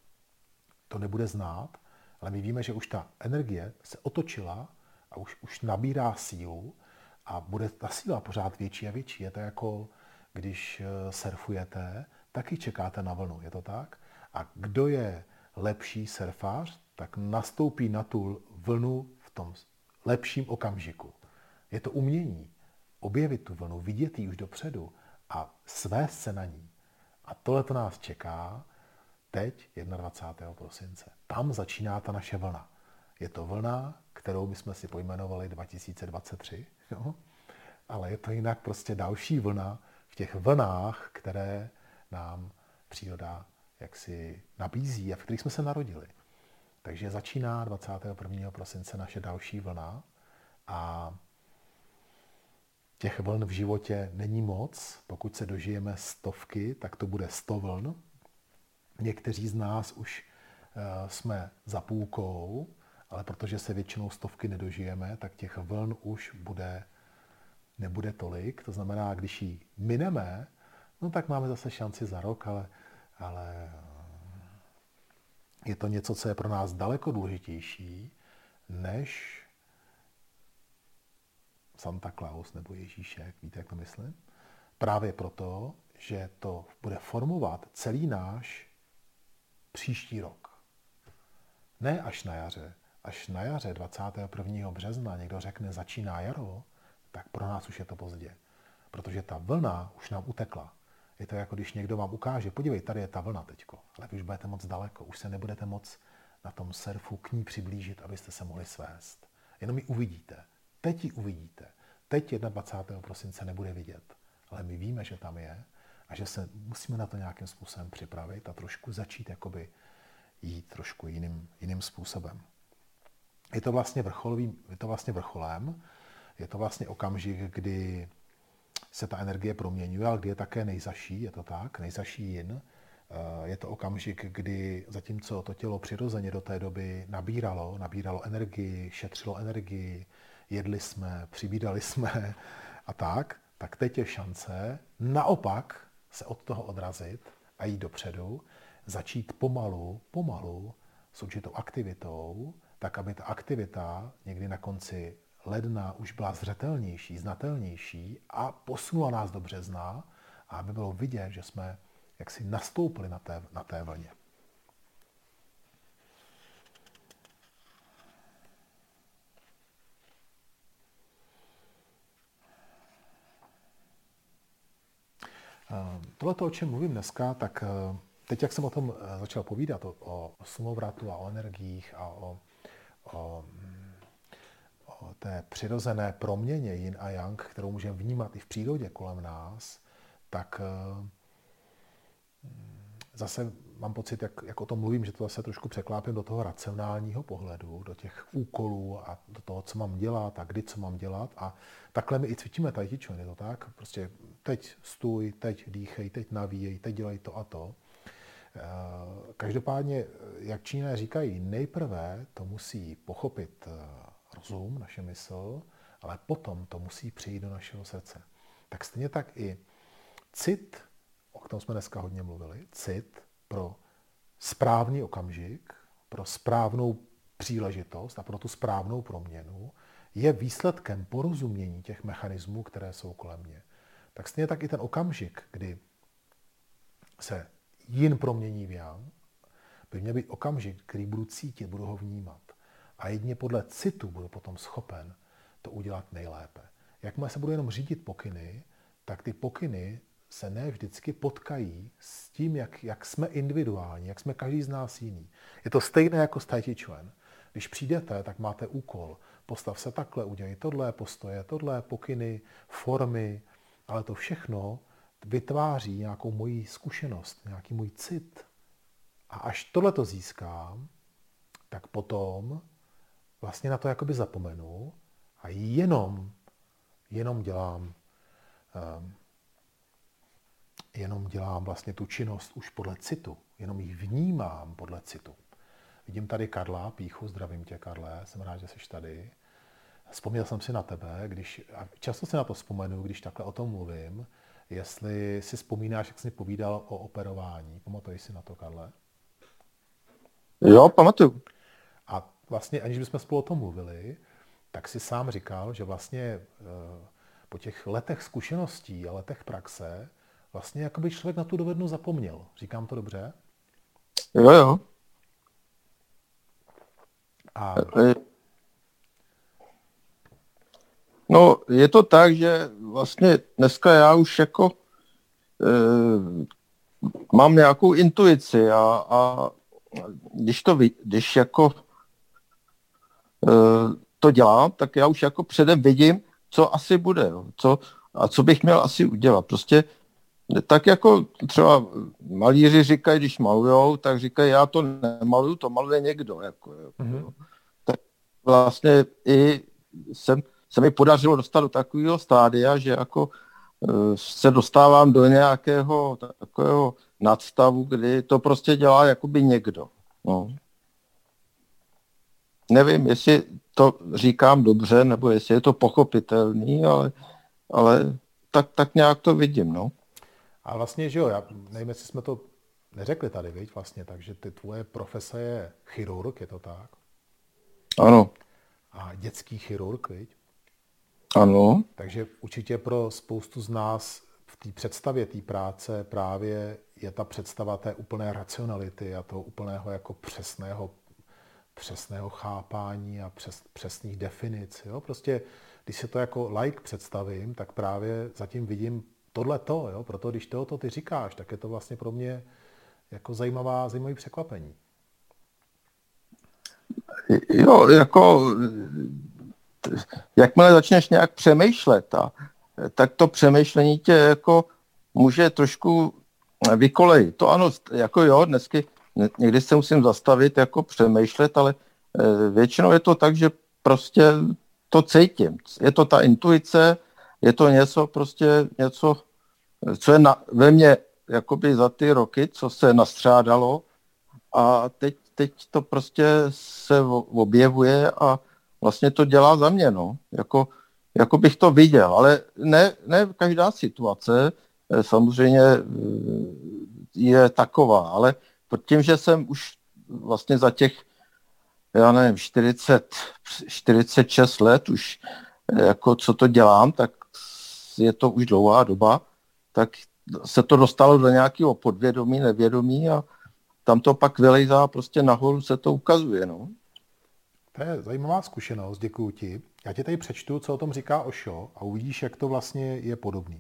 to nebude znát, ale my víme, že už ta energie se otočila a už, už nabírá sílu a bude ta síla pořád větší a větší. Je to jako, když surfujete, taky čekáte na vlnu, je to tak? A kdo je lepší surfář, tak nastoupí na tu vlnu v tom lepším okamžiku. Je to umění. Objevit tu vlnu, vidět ji už dopředu a svést se na ní. A tohle to nás čeká teď, dvacátého prvního prosince. Tam začíná ta naše vlna. Je to vlna, kterou my jsme si pojmenovali dva tisíce dvacet tři, jo? Ale je to jinak prostě další vlna v těch vlnách, které nám příroda jaksi nabízí a v kterých jsme se narodili. Takže začíná dvacátého prvního prosince naše další vlna a těch vln v životě není moc. Pokud se dožijeme stovky, tak to bude sto vln. Někteří z nás už uh, jsme za půlkou, ale protože se většinou stovky nedožijeme, tak těch vln už bude, nebude tolik. To znamená, když ji mineme, no tak máme zase šanci za rok, ale, ale je to něco, co je pro nás daleko důležitější, než Santa Claus nebo Ježíšek, víte, jak to myslím? Právě proto, že to bude formovat celý náš příští rok. Ne až na jaře. Až na jaře dvacátého prvního března někdo řekne, začíná jaro, tak pro nás už je to pozdě. Protože ta vlna už nám utekla. Je to jako když někdo vám ukáže, podívej, tady je ta vlna teďko, ale vy už budete moc daleko, už se nebudete moc na tom surfu k ní přiblížit, abyste se mohli svést. Jenom ji uvidíte. Teď ji uvidíte. Teď dvacátého prvního prosince nebude vidět. Ale my víme, že tam je a že se musíme na to nějakým způsobem připravit a trošku začít jakoby jít trošku jiným, jiným způsobem. Je to vlastně vrcholový, je to vlastně vrcholem, je to vlastně okamžik, kdy se ta energie proměňuje, ale kdy je také nejzaší, je to tak, nejzaší yin. Je to okamžik, kdy zatímco to tělo přirozeně do té doby nabíralo, nabíralo energii, šetřilo energii, jedli jsme, přibídali jsme a tak, tak teď je šance naopak se od toho odrazit a jít dopředu, začít pomalu, pomalu s určitou aktivitou, tak aby ta aktivita někdy na konci ledna už byla zřetelnější, znatelnější a posunula nás do března a aby bylo vidět, že jsme jaksi nastoupili na té, na té vlně. Tohle, o čem mluvím dneska, tak teď, jak jsem o tom začal povídat, o, o slunovratu a o energiích a o, o, o té přirozené proměně yin a yang, kterou můžeme vnímat i v přírodě kolem nás, tak zase mám pocit, jak, jak o tom mluvím, že to zase trošku překlápím do toho racionálního pohledu, do těch úkolů a do toho, co mám dělat a kdy co mám dělat. A takhle my i cvičíme tai chi chuan, je to tak? Prostě teď stůj, teď dýchej, teď navíjej, teď dělej to a to. Každopádně, jak Číňané říkají, nejprve to musí pochopit rozum, naše mysl, ale potom to musí přijít do našeho srdce. tak stejně tak i cit, o tom jsme dneska hodně mluvili, cit pro správný okamžik, pro správnou příležitost a pro tu správnou proměnu je výsledkem porozumění těch mechanismů, které jsou kolem mě. Tak stejně tak i ten okamžik, kdy se yin promění v yang, by měl být okamžik, který budu cítit, budu ho vnímat. A jedině podle citu budu potom schopen to udělat nejlépe. Jakmile se budu jenom řídit pokyny, tak ty pokyny se ne vždycky potkají s tím, jak, jak jsme individuální, jak jsme každý z nás jiný. Je to stejné jako s Tai Chi Chuan. Když přijdete, tak máte úkol. Postav se takhle, udělej tohle, postoje, tohle, pokyny, formy, ale to všechno vytváří nějakou moji zkušenost, nějaký můj cit. A až tohle to získám, tak potom vlastně na to jakoby zapomenu a jenom, jenom dělám um, jenom dělám vlastně tu činnost už podle citu, jenom ji vnímám podle citu. Vidím tady Karla Píchu, zdravím tě, Karle, jsem rád, že jsi tady. Vzpomněl jsem si na tebe, když, a často si na to vzpomenu, když takhle o tom mluvím, jestli si vzpomínáš, jak jsi mi povídal o operování. Pamatuješ si na to, Karle? Jo, pamatuju. A vlastně, aniž bychom spolu o tom mluvili, tak si sám říkal, že vlastně po těch letech zkušeností a letech praxe vlastně jakoby člověk na tu dovednu zapomněl. Říkám to dobře? Jo, jo. A... No, je to tak, že vlastně dneska já už jako e, mám nějakou intuici a, a když to když jako e, to dělám, tak já už jako předem vidím, co asi bude, jo, co, a co bych měl asi udělat. Prostě tak jako třeba malíři říkají, když malujou, tak říkají, já to nemaluju, to maluje někdo. Jako, jako, mm-hmm. Tak vlastně i jsem, se mi podařilo dostat do takového stádia, že jako se dostávám do nějakého takového nadstavu, kdy to prostě dělá jakoby někdo. No. Nevím, jestli to říkám dobře, nebo jestli je to pochopitelný, ale, ale tak, tak nějak to vidím, no. A vlastně, že jo, já nevím, jestli jsme to neřekli tady, viď, vlastně, takže ty tvoje profese je chirurg, je to tak? Ano. A dětský chirurg, viď? Ano. Takže určitě pro spoustu z nás v té představě té práce právě je ta představa té úplné racionality a toho úplného jako přesného, přesného chápání a přes, přesných definic. Jo? Prostě, když se to jako laik představím, tak právě zatím vidím tohleto, jo? Proto když tohoto ty říkáš, tak je to vlastně pro mě jako zajímavá, zajímavý překvapení. Jo, jako jakmile začneš nějak přemýšlet, a, tak to přemýšlení tě jako může trošku vykolejit. To ano, jako jo, dnesky někdy se musím zastavit, jako přemýšlet, ale většinou je to tak, že prostě to cítím. Je to ta intuice, je to něco prostě, něco, co je na, ve mně jakoby za ty roky, co se nastřádalo a teď, teď to prostě se objevuje a vlastně to dělá za mě, no. Jako, jako bych to viděl, ale ne, ne každá situace samozřejmě je taková, ale tím, že jsem už vlastně za těch, já nevím, čtyřicet, čtyřicet šest let už jako co to dělám, tak je to už dlouhá doba, tak se to dostalo do nějakého podvědomí, nevědomí a tam to pak vylejzá, prostě nahoru se to ukazuje, no. To je zajímavá zkušenost, děkuju ti. Já ti tady přečtu, co o tom říká Osho a uvidíš, jak to vlastně je podobný.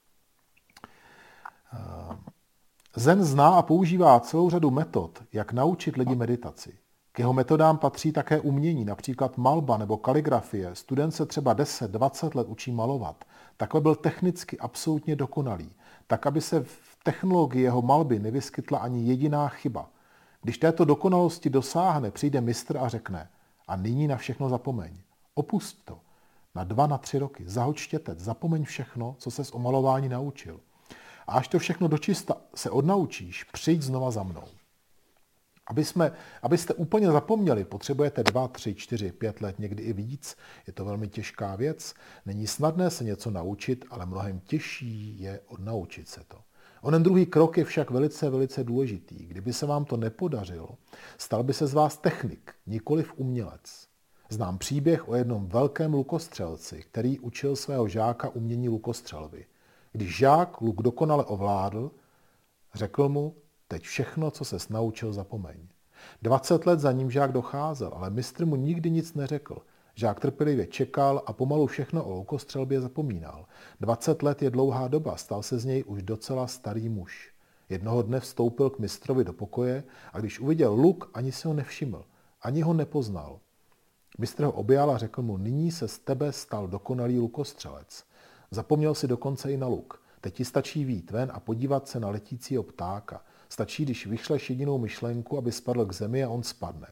Zen zná a používá celou řadu metod, jak naučit lidi meditaci. K jeho metodám patří také umění, například malba nebo kaligrafie. Student se třeba deset dvacet let učí malovat. Takhle byl technicky absolutně dokonalý, tak aby se v technologii jeho malby nevyskytla ani jediná chyba. Když této dokonalosti dosáhne, přijde mistr a řekne: a nyní na všechno zapomeň. Opusť to. Na dva, na tři roky. Zahoď štětec. Zapomeň všechno, co ses o malování naučil. A až to všechno dočista se odnaučíš, přijď znova za mnou. Aby jsme, abyste úplně zapomněli, potřebujete dva, tři, čtyři, pět let, někdy i víc. Je to velmi těžká věc. Není snadné se něco naučit, ale mnohem těžší je odnaučit se to. Onen druhý krok je však velice, velice důležitý. Kdyby se vám to nepodařilo, stal by se z vás technik, nikoliv umělec. Znám příběh o jednom velkém lukostřelci, který učil svého žáka umění lukostřelby. Když žák luk dokonale ovládl, řekl mu, teď všechno, co ses naučil, zapomeň. Dvacet let za ním žák docházel, ale mistr mu nikdy nic neřekl. Žák trpělivě čekal a pomalu všechno o lukostřelbě zapomínal. Dvacet let je dlouhá doba, stal se z něj už docela starý muž. Jednoho dne vstoupil k mistrovi do pokoje a když uviděl luk, ani si ho nevšiml, ani ho nepoznal. Mistr ho objal a řekl mu, nyní se z tebe stal dokonalý lukostřelec. Zapomněl si dokonce i na luk. Teď ti stačí vyjít ven a podívat se na letícího ptáka. Stačí, když vyšleš jedinou myšlenku, aby spadl k zemi a on spadne.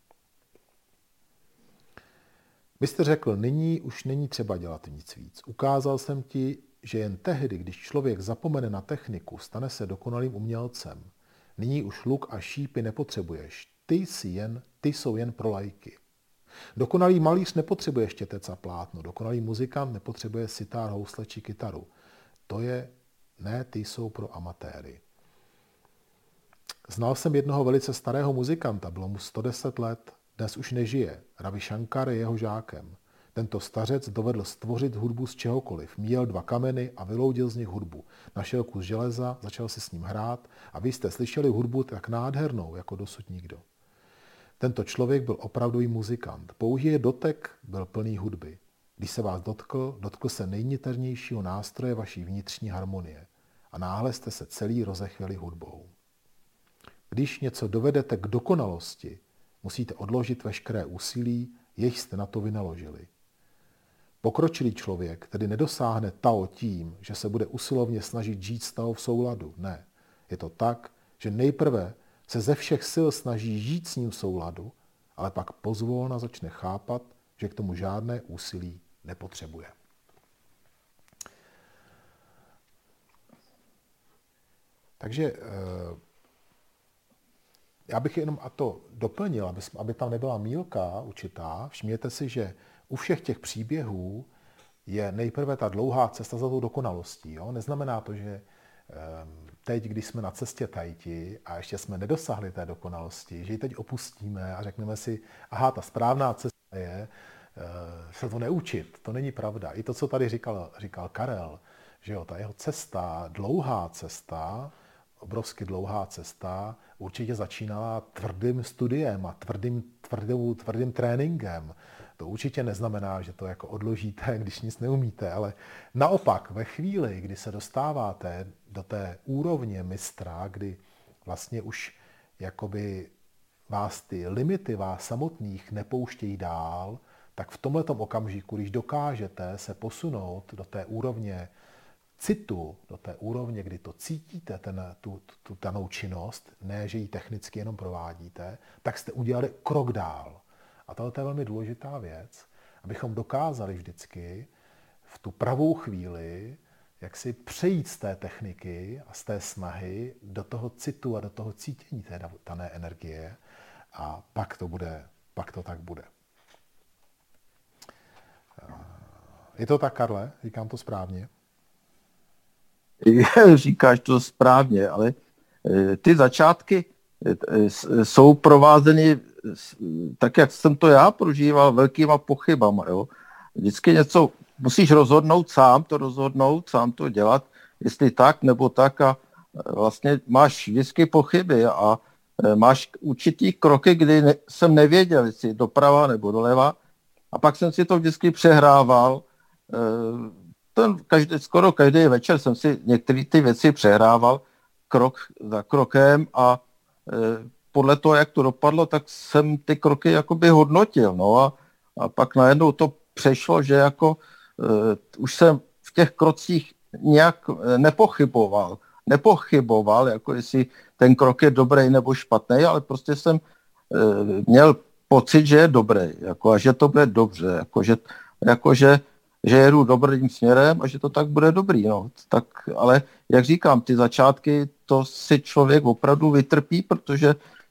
Mistr řekl, nyní už není třeba dělat nic víc. Ukázal jsem ti, že jen tehdy, když člověk zapomene na techniku, stane se dokonalým umělcem. Nyní už luk a šípy nepotřebuješ. Ty, jsi jen, ty jsou jen pro laiky. Dokonalý malíř nepotřebuje štětec a plátno. Dokonalý muzikant nepotřebuje sitár, housle či kytaru. To je, ne, ty jsou pro amatéry. Znal jsem jednoho velice starého muzikanta, bylo mu sto deset let, dnes už nežije. Ravi Shankar je jeho žákem. Tento stařec dovedl stvořit hudbu z čehokoliv. Míjel dva kameny a vyloudil z nich hudbu. Našel kus železa, začal si s ním hrát a vy jste slyšeli hudbu tak nádhernou, jako dosud nikdo. Tento člověk byl opravdový muzikant. Pouhý je dotek byl plný hudby. Když se vás dotkl, dotkl se nejniternějšího nástroje vaší vnitřní harmonie. A náhle jste se celý rozechvěli hudbou. Když něco dovedete k dokonalosti, musíte odložit veškeré úsilí, jež jste na to vynaložili. Pokročilý člověk tedy nedosáhne Tao tím, že se bude usilovně snažit žít s Tao v souladu. Ne. Je to tak, že nejprve se ze všech sil snaží žít s ním v souladu, ale pak pozvolna začne chápat, že k tomu žádné úsilí nepotřebuje. Takže já bych jenom a to doplnil, aby, aby tam nebyla mýlka určitá. Všimněte si, že u všech těch příběhů je nejprve ta dlouhá cesta za tou dokonalostí. Jo? Neznamená to, že teď, když jsme na cestě Tahiti a ještě jsme nedosáhli té dokonalosti, že ji teď opustíme a řekneme si, aha, ta správná cesta je se to neučit. To není pravda. I to, co tady říkal, říkal Karel, že jo, ta jeho cesta, dlouhá cesta, obrovsky dlouhá cesta, určitě začínala tvrdým studiem a tvrdým, tvrdou, tvrdým tréninkem. To určitě neznamená, že to jako odložíte, když nic neumíte, ale naopak ve chvíli, kdy se dostáváte do té úrovně mistra, kdy vlastně už jakoby vás ty limity vás samotných nepouštějí dál, tak v tomhletom okamžiku, když dokážete se posunout do té úrovně citu, do té úrovně, kdy to cítíte, ten, tu, tu danou činnost, ne, že ji technicky jenom provádíte, tak jste udělali krok dál. A tohle je velmi důležitá věc, abychom dokázali vždycky v tu pravou chvíli, jak si přejít z té techniky a z té snahy do toho citu a do toho cítění té dané energie a pak to bude, pak to tak bude. Je to tak, Karle? Říkám to správně? Říkáš to správně, ale ty začátky jsou provázeny tak, jak jsem to já prožíval, velkýma pochybama. Jo? Vždycky něco musíš rozhodnout sám, to rozhodnout, sám to dělat, jestli tak nebo tak a vlastně máš vždycky pochyby a máš určitý kroky, kdy ne, jsem nevěděl, jestli doprava nebo doleva a pak jsem si to vždycky přehrával. Ten každý, skoro každý večer jsem si některé ty věci přehrával krok za krokem a e, podle toho, jak to dopadlo, tak jsem ty kroky jakoby hodnotil. No a, a pak najednou to přešlo, že jako e, už jsem v těch krocích nějak nepochyboval. Nepochyboval, jako jestli ten krok je dobrý nebo špatný, ale prostě jsem e, měl pocit, že je dobrý, jako, a že to bude dobře, jako, že, jako, že že jedu dobrým směrem a že to tak bude dobrý. No. Tak, ale jak říkám, ty začátky, to si člověk opravdu vytrpí, protože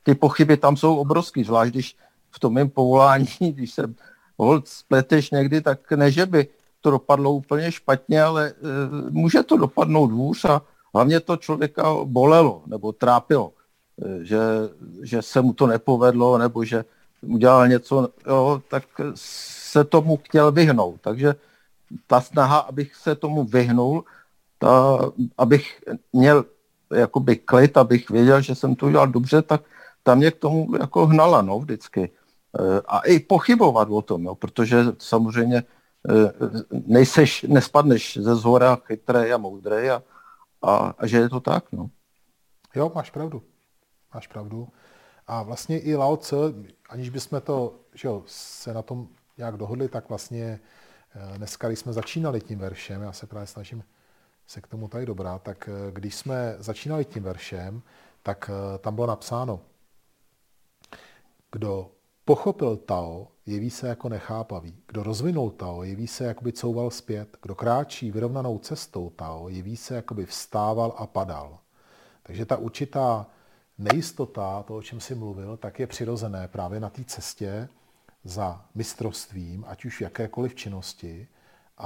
ty pochyby tam jsou obrovský, zvlášť když v tom mém povolání, když se hold spleteš někdy, tak ne, že by to dopadlo úplně špatně, ale e, může to dopadnout hůř a hlavně to člověka bolelo nebo trápilo, e, že, že se mu to nepovedlo nebo že udělal něco, jo, tak se tomu chtěl vyhnout. Takže ta snaha, abych se tomu vyhnul, ta, abych měl jakoby klid, abych věděl, že jsem to udělal dobře, tak ta mě k tomu jako hnala, no, vždycky. A i pochybovat o tom, jo, protože samozřejmě nejseš, nespadneš ze zhora chytrý a moudrý a, a, a že je to tak, no. Jo, máš pravdu. Máš pravdu. A vlastně i Lao Tse, aniž bychom to, že jo, se na tom nějak dohodli, tak vlastně dneska, když jsme začínali tím veršem, já se právě snažím se k tomu tady dobrát, tak když jsme začínali tím veršem, tak tam bylo napsáno, kdo pochopil Tao, jeví se jako nechápavý. Kdo rozvinul Tao, jeví se, jakoby couval zpět. Kdo kráčí vyrovnanou cestou Tao, jeví se, jakoby vstával a padal. Takže ta určitá nejistota, to, o čem jsi mluvil, tak je přirozené právě na té cestě za mistrovstvím, ať už v jakékoliv činnosti. A,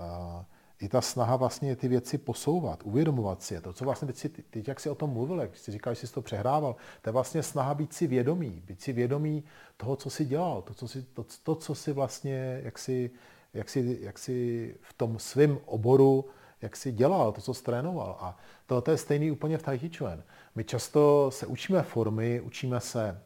a i ta snaha vlastně ty věci posouvat, uvědomovat si je. To, co vlastně teď, si, teď jak jsi o tom mluvil, jak jsi říkal, že jsi to přehrával, to je vlastně snaha být si vědomý, být si vědomý toho, co jsi dělal, to, co jsi, to, to, co jsi vlastně, jak jsi, jak jsi, jak jsi v tom svém oboru, jak jsi dělal, to, co jsi trénoval. A to, to je stejný úplně v Tai Chi Chuan. My často se učíme formy, učíme se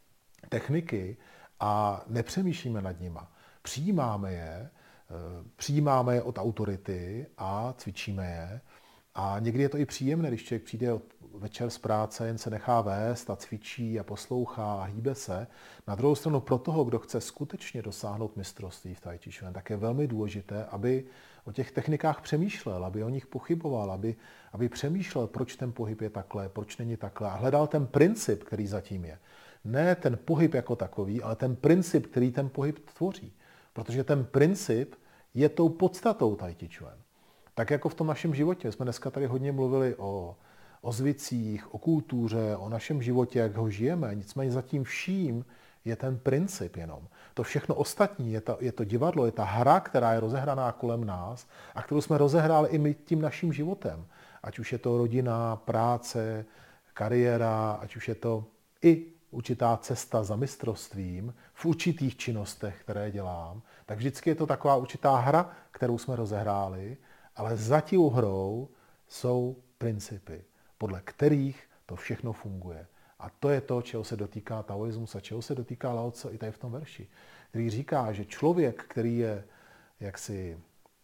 techniky a nepřemýšlíme nad nima. Přijímáme je, přijímáme je od autority a cvičíme je. A někdy je to i příjemné, když člověk přijde večer z práce, jen se nechá vést a cvičí a poslouchá a hýbe se. Na druhou stranu pro toho, kdo chce skutečně dosáhnout mistrovství v Tai Chi Chuan, tak je velmi důležité, aby o těch technikách přemýšlel, aby o nich pochyboval, aby, aby přemýšlel, proč ten pohyb je takhle, proč není takhle a hledal ten princip, který zatím je. Ne ten pohyb jako takový, ale ten princip, který ten pohyb tvoří. Protože ten princip je tou podstatou Tai Chi Chuan. Tak jako v tom našem životě. Jsme dneska tady hodně mluvili o, o zvicích, o kultuře, o našem životě, jak ho žijeme. Nicméně zatím vším je ten princip jenom. To všechno ostatní, je, ta, je to divadlo, je ta hra, která je rozehraná kolem nás a kterou jsme rozehráli i my tím naším životem. Ať už je to rodina, práce, kariéra, ať už je to i určitá cesta za mistrovstvím v určitých činnostech, které dělám, tak vždycky je to taková určitá hra, kterou jsme rozehráli, ale za tím hrou jsou principy, podle kterých to všechno funguje. A to je to, čeho se dotýká taoismus a čeho se dotýká Lao Tse i tady v tom verši, který říká, že člověk, který je jaksi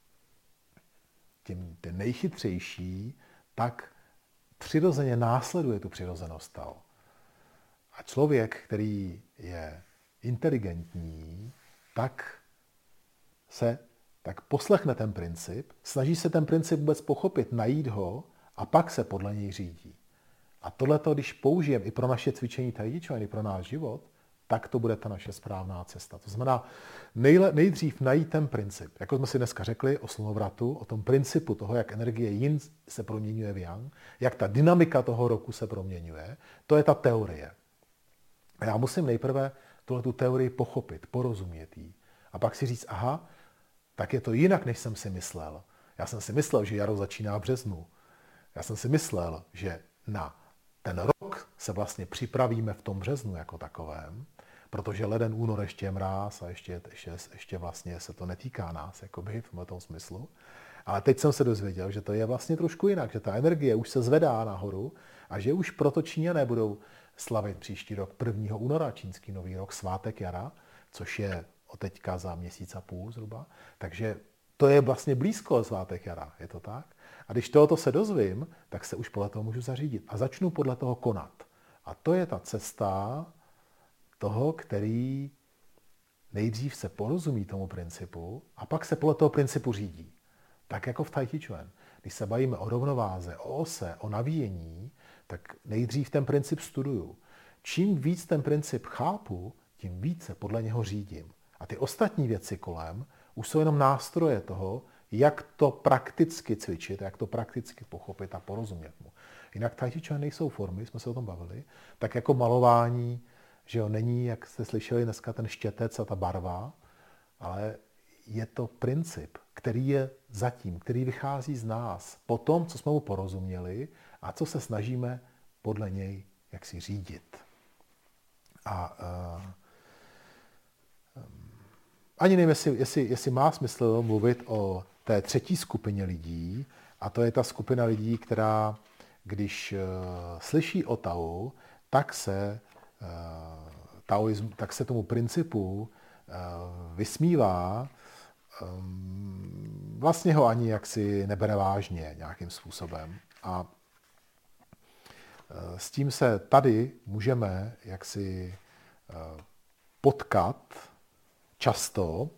tím, ten nejchytřejší, tak přirozeně následuje tu přirozenost Tao. A člověk, který je inteligentní, tak se tak poslechne ten princip, snaží se ten princip vůbec pochopit, najít ho a pak se podle něj řídí. A tohleto, když použijeme i pro naše cvičení Tai Chi Chuan, i pro náš život, tak to bude ta naše správná cesta. To znamená nejle, nejdřív najít ten princip. Jako jsme si dneska řekli o slunovratu, o tom principu toho, jak energie yin se proměňuje v yang, jak ta dynamika toho roku se proměňuje, to je ta teorie. A já musím nejprve tuhletu teorii pochopit, porozumět jí. A pak si říct, aha, tak je to jinak, než jsem si myslel. Já jsem si myslel, že jaro začíná v březnu. Já jsem si myslel, že na ten rok se vlastně připravíme v tom březnu jako takovém, protože leden, únor ještě je mráz a ještě, ještě, ještě vlastně se to netýká nás, jakoby v tom smyslu. Ale teď jsem se dozvěděl, že to je vlastně trošku jinak, že ta energie už se zvedá nahoru a že už proto Číňané budou slavit příští rok prvního února, čínský nový rok, svátek jara, což je od teďka za měsíc a půl zhruba. Takže to je vlastně blízko svátek jara, je to tak? A když tohoto se dozvím, tak se už podle toho můžu zařídit a začnu podle toho konat. A to je ta cesta toho, který nejdřív se porozumí tomu principu a pak se podle toho principu řídí. Tak jako v Tai Chi Chuan. Když se bavíme o rovnováze, o ose, o navíjení, tak nejdřív ten princip studuju. Čím víc ten princip chápu, tím více podle něho řídím. A ty ostatní věci kolem už jsou jenom nástroje toho, jak to prakticky cvičit, jak to prakticky pochopit a porozumět mu. Jinak tai chi chuan nejsou formy, jsme se o tom bavili, tak jako malování, že jo, není, jak jste slyšeli dneska, ten štětec a ta barva, ale je to princip, který je zatím, který vychází z nás, po tom, co jsme mu porozuměli a co se snažíme podle něj jaksi řídit. A uh, ani nevím, jestli, jestli, jestli má smysl mluvit o té třetí skupině lidí, a to je ta skupina lidí, která, když uh, slyší o Tao, tak se, uh, taoism, tak se tomu principu uh, vysmívá, um, vlastně ho ani jaksi nebere vážně nějakým způsobem. A uh, s tím se tady můžeme jaksi uh, potkat často.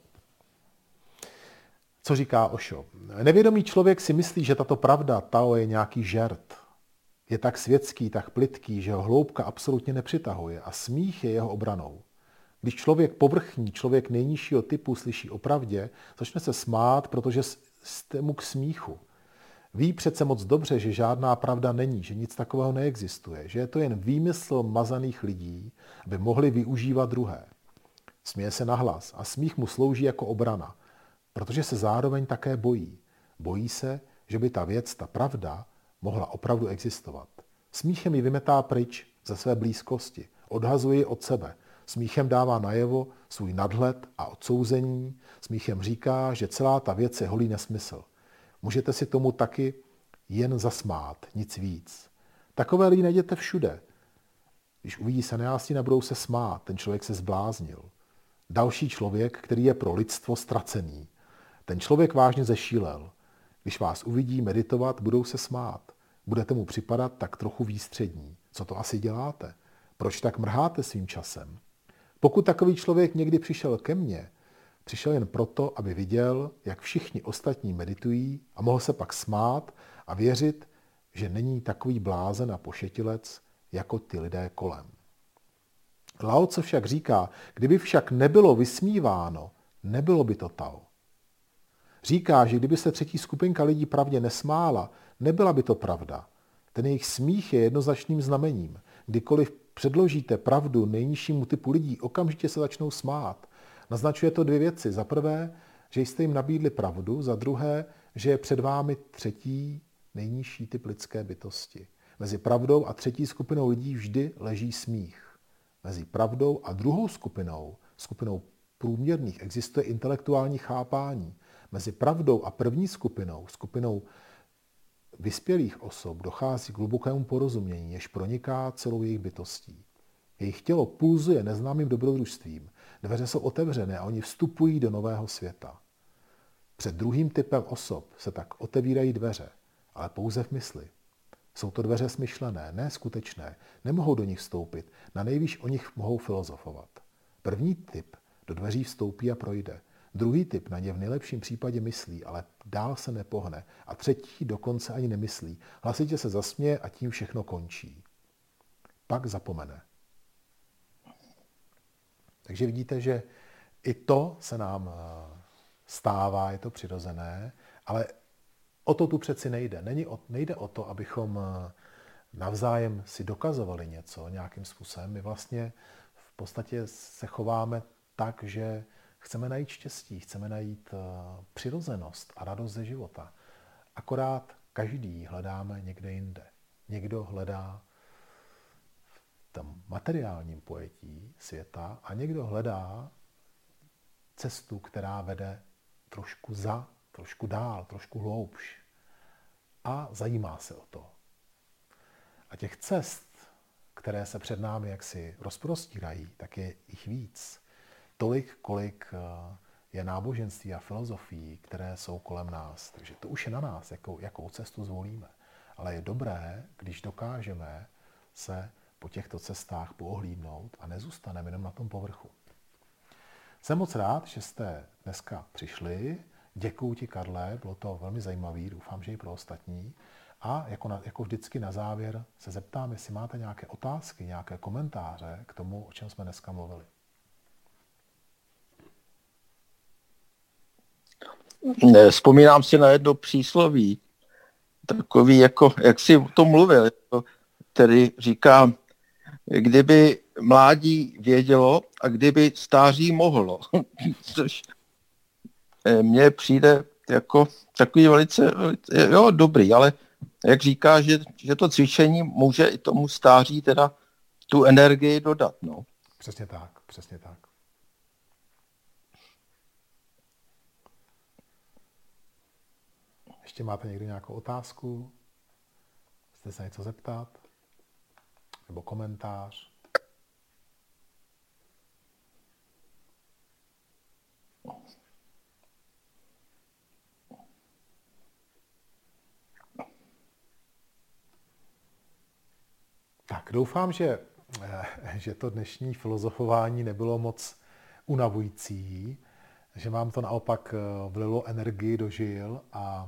Co říká Osho? Nevědomý člověk si myslí, že tato pravda Tao je nějaký žert. Je tak světský, tak plytký, že ho hloubka absolutně nepřitahuje a smích je jeho obranou. Když člověk povrchní, člověk nejnižšího typu slyší o pravdě, začne se smát, protože jste mu k smíchu. Ví přece moc dobře, že žádná pravda není, že nic takového neexistuje, že je to jen výmysl mazaných lidí, aby mohli využívat druhé. Směje se nahlas a smích mu slouží jako obrana, protože se zároveň také bojí. Bojí se, že by ta věc, ta pravda, mohla opravdu existovat. Smíchem ji vymetá pryč ze své blízkosti, odhazuje ji od sebe. Smíchem dává najevo svůj nadhled a odsouzení. Smíchem říká, že celá ta věc je holý nesmysl. Můžete si tomu taky jen zasmát, nic víc. Takové lidi najděte všude. Když uvidí saňásina, budou se smát, ten člověk se zbláznil. Další člověk, který je pro lidstvo ztracený. Ten člověk vážně zešílel. Když vás uvidí meditovat, budou se smát. Budete mu připadat tak trochu výstřední. Co to asi děláte? Proč tak mrháte svým časem? Pokud takový člověk někdy přišel ke mně, přišel jen proto, aby viděl, jak všichni ostatní meditují a mohl se pak smát a věřit, že není takový blázen a pošetilec jako ty lidé kolem. Lao Tse však říká, kdyby však nebylo vysmíváno, nebylo by to Tao. Říká, že kdyby se třetí skupinka lidí pravdě nesmála, nebyla by to pravda. Ten jejich smích je jednoznačným znamením. Kdykoliv předložíte pravdu nejnižšímu typu lidí, okamžitě se začnou smát. Naznačuje to dvě věci. Za prvé, že jste jim nabídli pravdu, za druhé, že je před vámi třetí nejnižší typ lidské bytosti. Mezi pravdou a třetí skupinou lidí vždy leží smích. Mezi pravdou a druhou skupinou, skupinou průměrných, existuje intelektuální chápání. Mezi pravdou a první skupinou, skupinou vyspělých osob, dochází k hlubokému porozumění, jež proniká celou jejich bytostí. Jejich tělo pulzuje neznámým dobrodružstvím. Dveře jsou otevřené a oni vstupují do nového světa. Před druhým typem osob se tak otevírají dveře, ale pouze v mysli. Jsou to dveře smyšlené, ne skutečné, nemohou do nich vstoupit, na nejvýš o nich mohou filozofovat. První typ do dveří vstoupí a projde. Druhý typ na ně v nejlepším případě myslí, ale dál se nepohne. A třetí dokonce ani nemyslí. Hlasitě se zasměje a tím všechno končí. Pak zapomene. Takže vidíte, že i to se nám stává, je to přirozené, ale o to tu přeci nejde. Není o, nejde o to, abychom navzájem si dokazovali něco nějakým způsobem. My vlastně v podstatě se chováme tak, že chceme najít štěstí, chceme najít přirozenost a radost ze života. Akorát každý hledáme někde jinde. Někdo hledá v tom materiálním pojetí světa a někdo hledá cestu, která vede trošku za, trošku dál, trošku hloubš. A zajímá se o to. A těch cest, které se před námi jaksi rozprostírají, tak je jich víc. Tolik, kolik je náboženství a filozofií, které jsou kolem nás. Takže to už je na nás, jakou, jakou cestu zvolíme. Ale je dobré, když dokážeme se po těchto cestách poohlídnout a nezůstaneme jenom na tom povrchu. Jsem moc rád, že jste dneska přišli. Děkuji ti, Karle, bylo to velmi zajímavé, doufám, že i pro ostatní. A jako, na, jako vždycky na závěr se zeptám, jestli máte nějaké otázky, nějaké komentáře k tomu, o čem jsme dneska mluvili. Vzpomínám si na jedno přísloví. takový, jako, jak jsi o tom mluvil, jako, který říká, kdyby mládí vědělo a kdyby stáří mohlo. Což mně přijde jako takový velice, velice jo, dobrý, ale jak říká, že, že to cvičení může i tomu stáří teda tu energii dodat. No. Přesně tak, přesně tak. Ještě máte někdo nějakou otázku? Chcete se něco zeptat? Nebo komentář? Tak doufám, že, že to dnešní filozofování nebylo moc unavující, že vám to naopak vlilo energii do žil a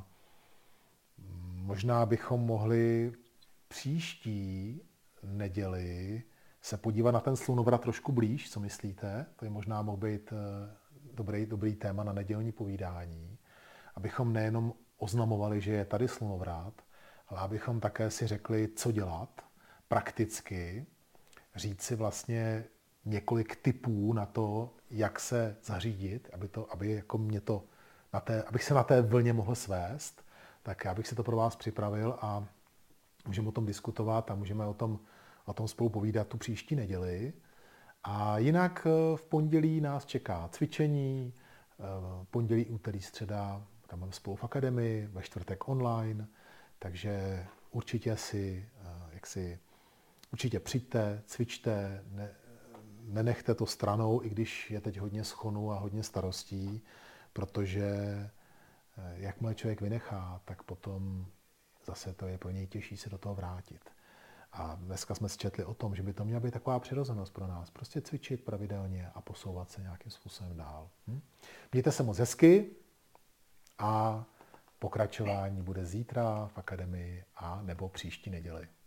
možná bychom mohli příští neděli se podívat na ten slunovrat trošku blíž, co myslíte? To je možná mohl být dobrý, dobrý téma na nedělní povídání, abychom nejenom oznamovali, že je tady slunovrat, ale abychom také si řekli, co dělat prakticky, říct si vlastně několik tipů na to, jak se zařídit, aby, to, aby jako mě to na té, abych se na té vlně mohl svést, tak já bych si to pro vás připravil a můžeme o tom diskutovat a můžeme o tom, o tom spolu povídat tu příští neděli. A jinak v pondělí nás čeká cvičení, pondělí, úterý, středa, tam máme spolu v akademii, ve čtvrtek online, takže určitě si, jak si, určitě přijďte, cvičte, ne, nenechte to stranou, i když je teď hodně schonu a hodně starostí, protože jakmile člověk vynechá, tak potom zase to je pro něj těžší se do toho vrátit. A dneska jsme si četli o tom, že by to měla být taková přirozenost pro nás. Prostě cvičit pravidelně a posouvat se nějakým způsobem dál. Hm? Mějte se moc hezky a pokračování bude zítra v akademii a nebo příští neděli.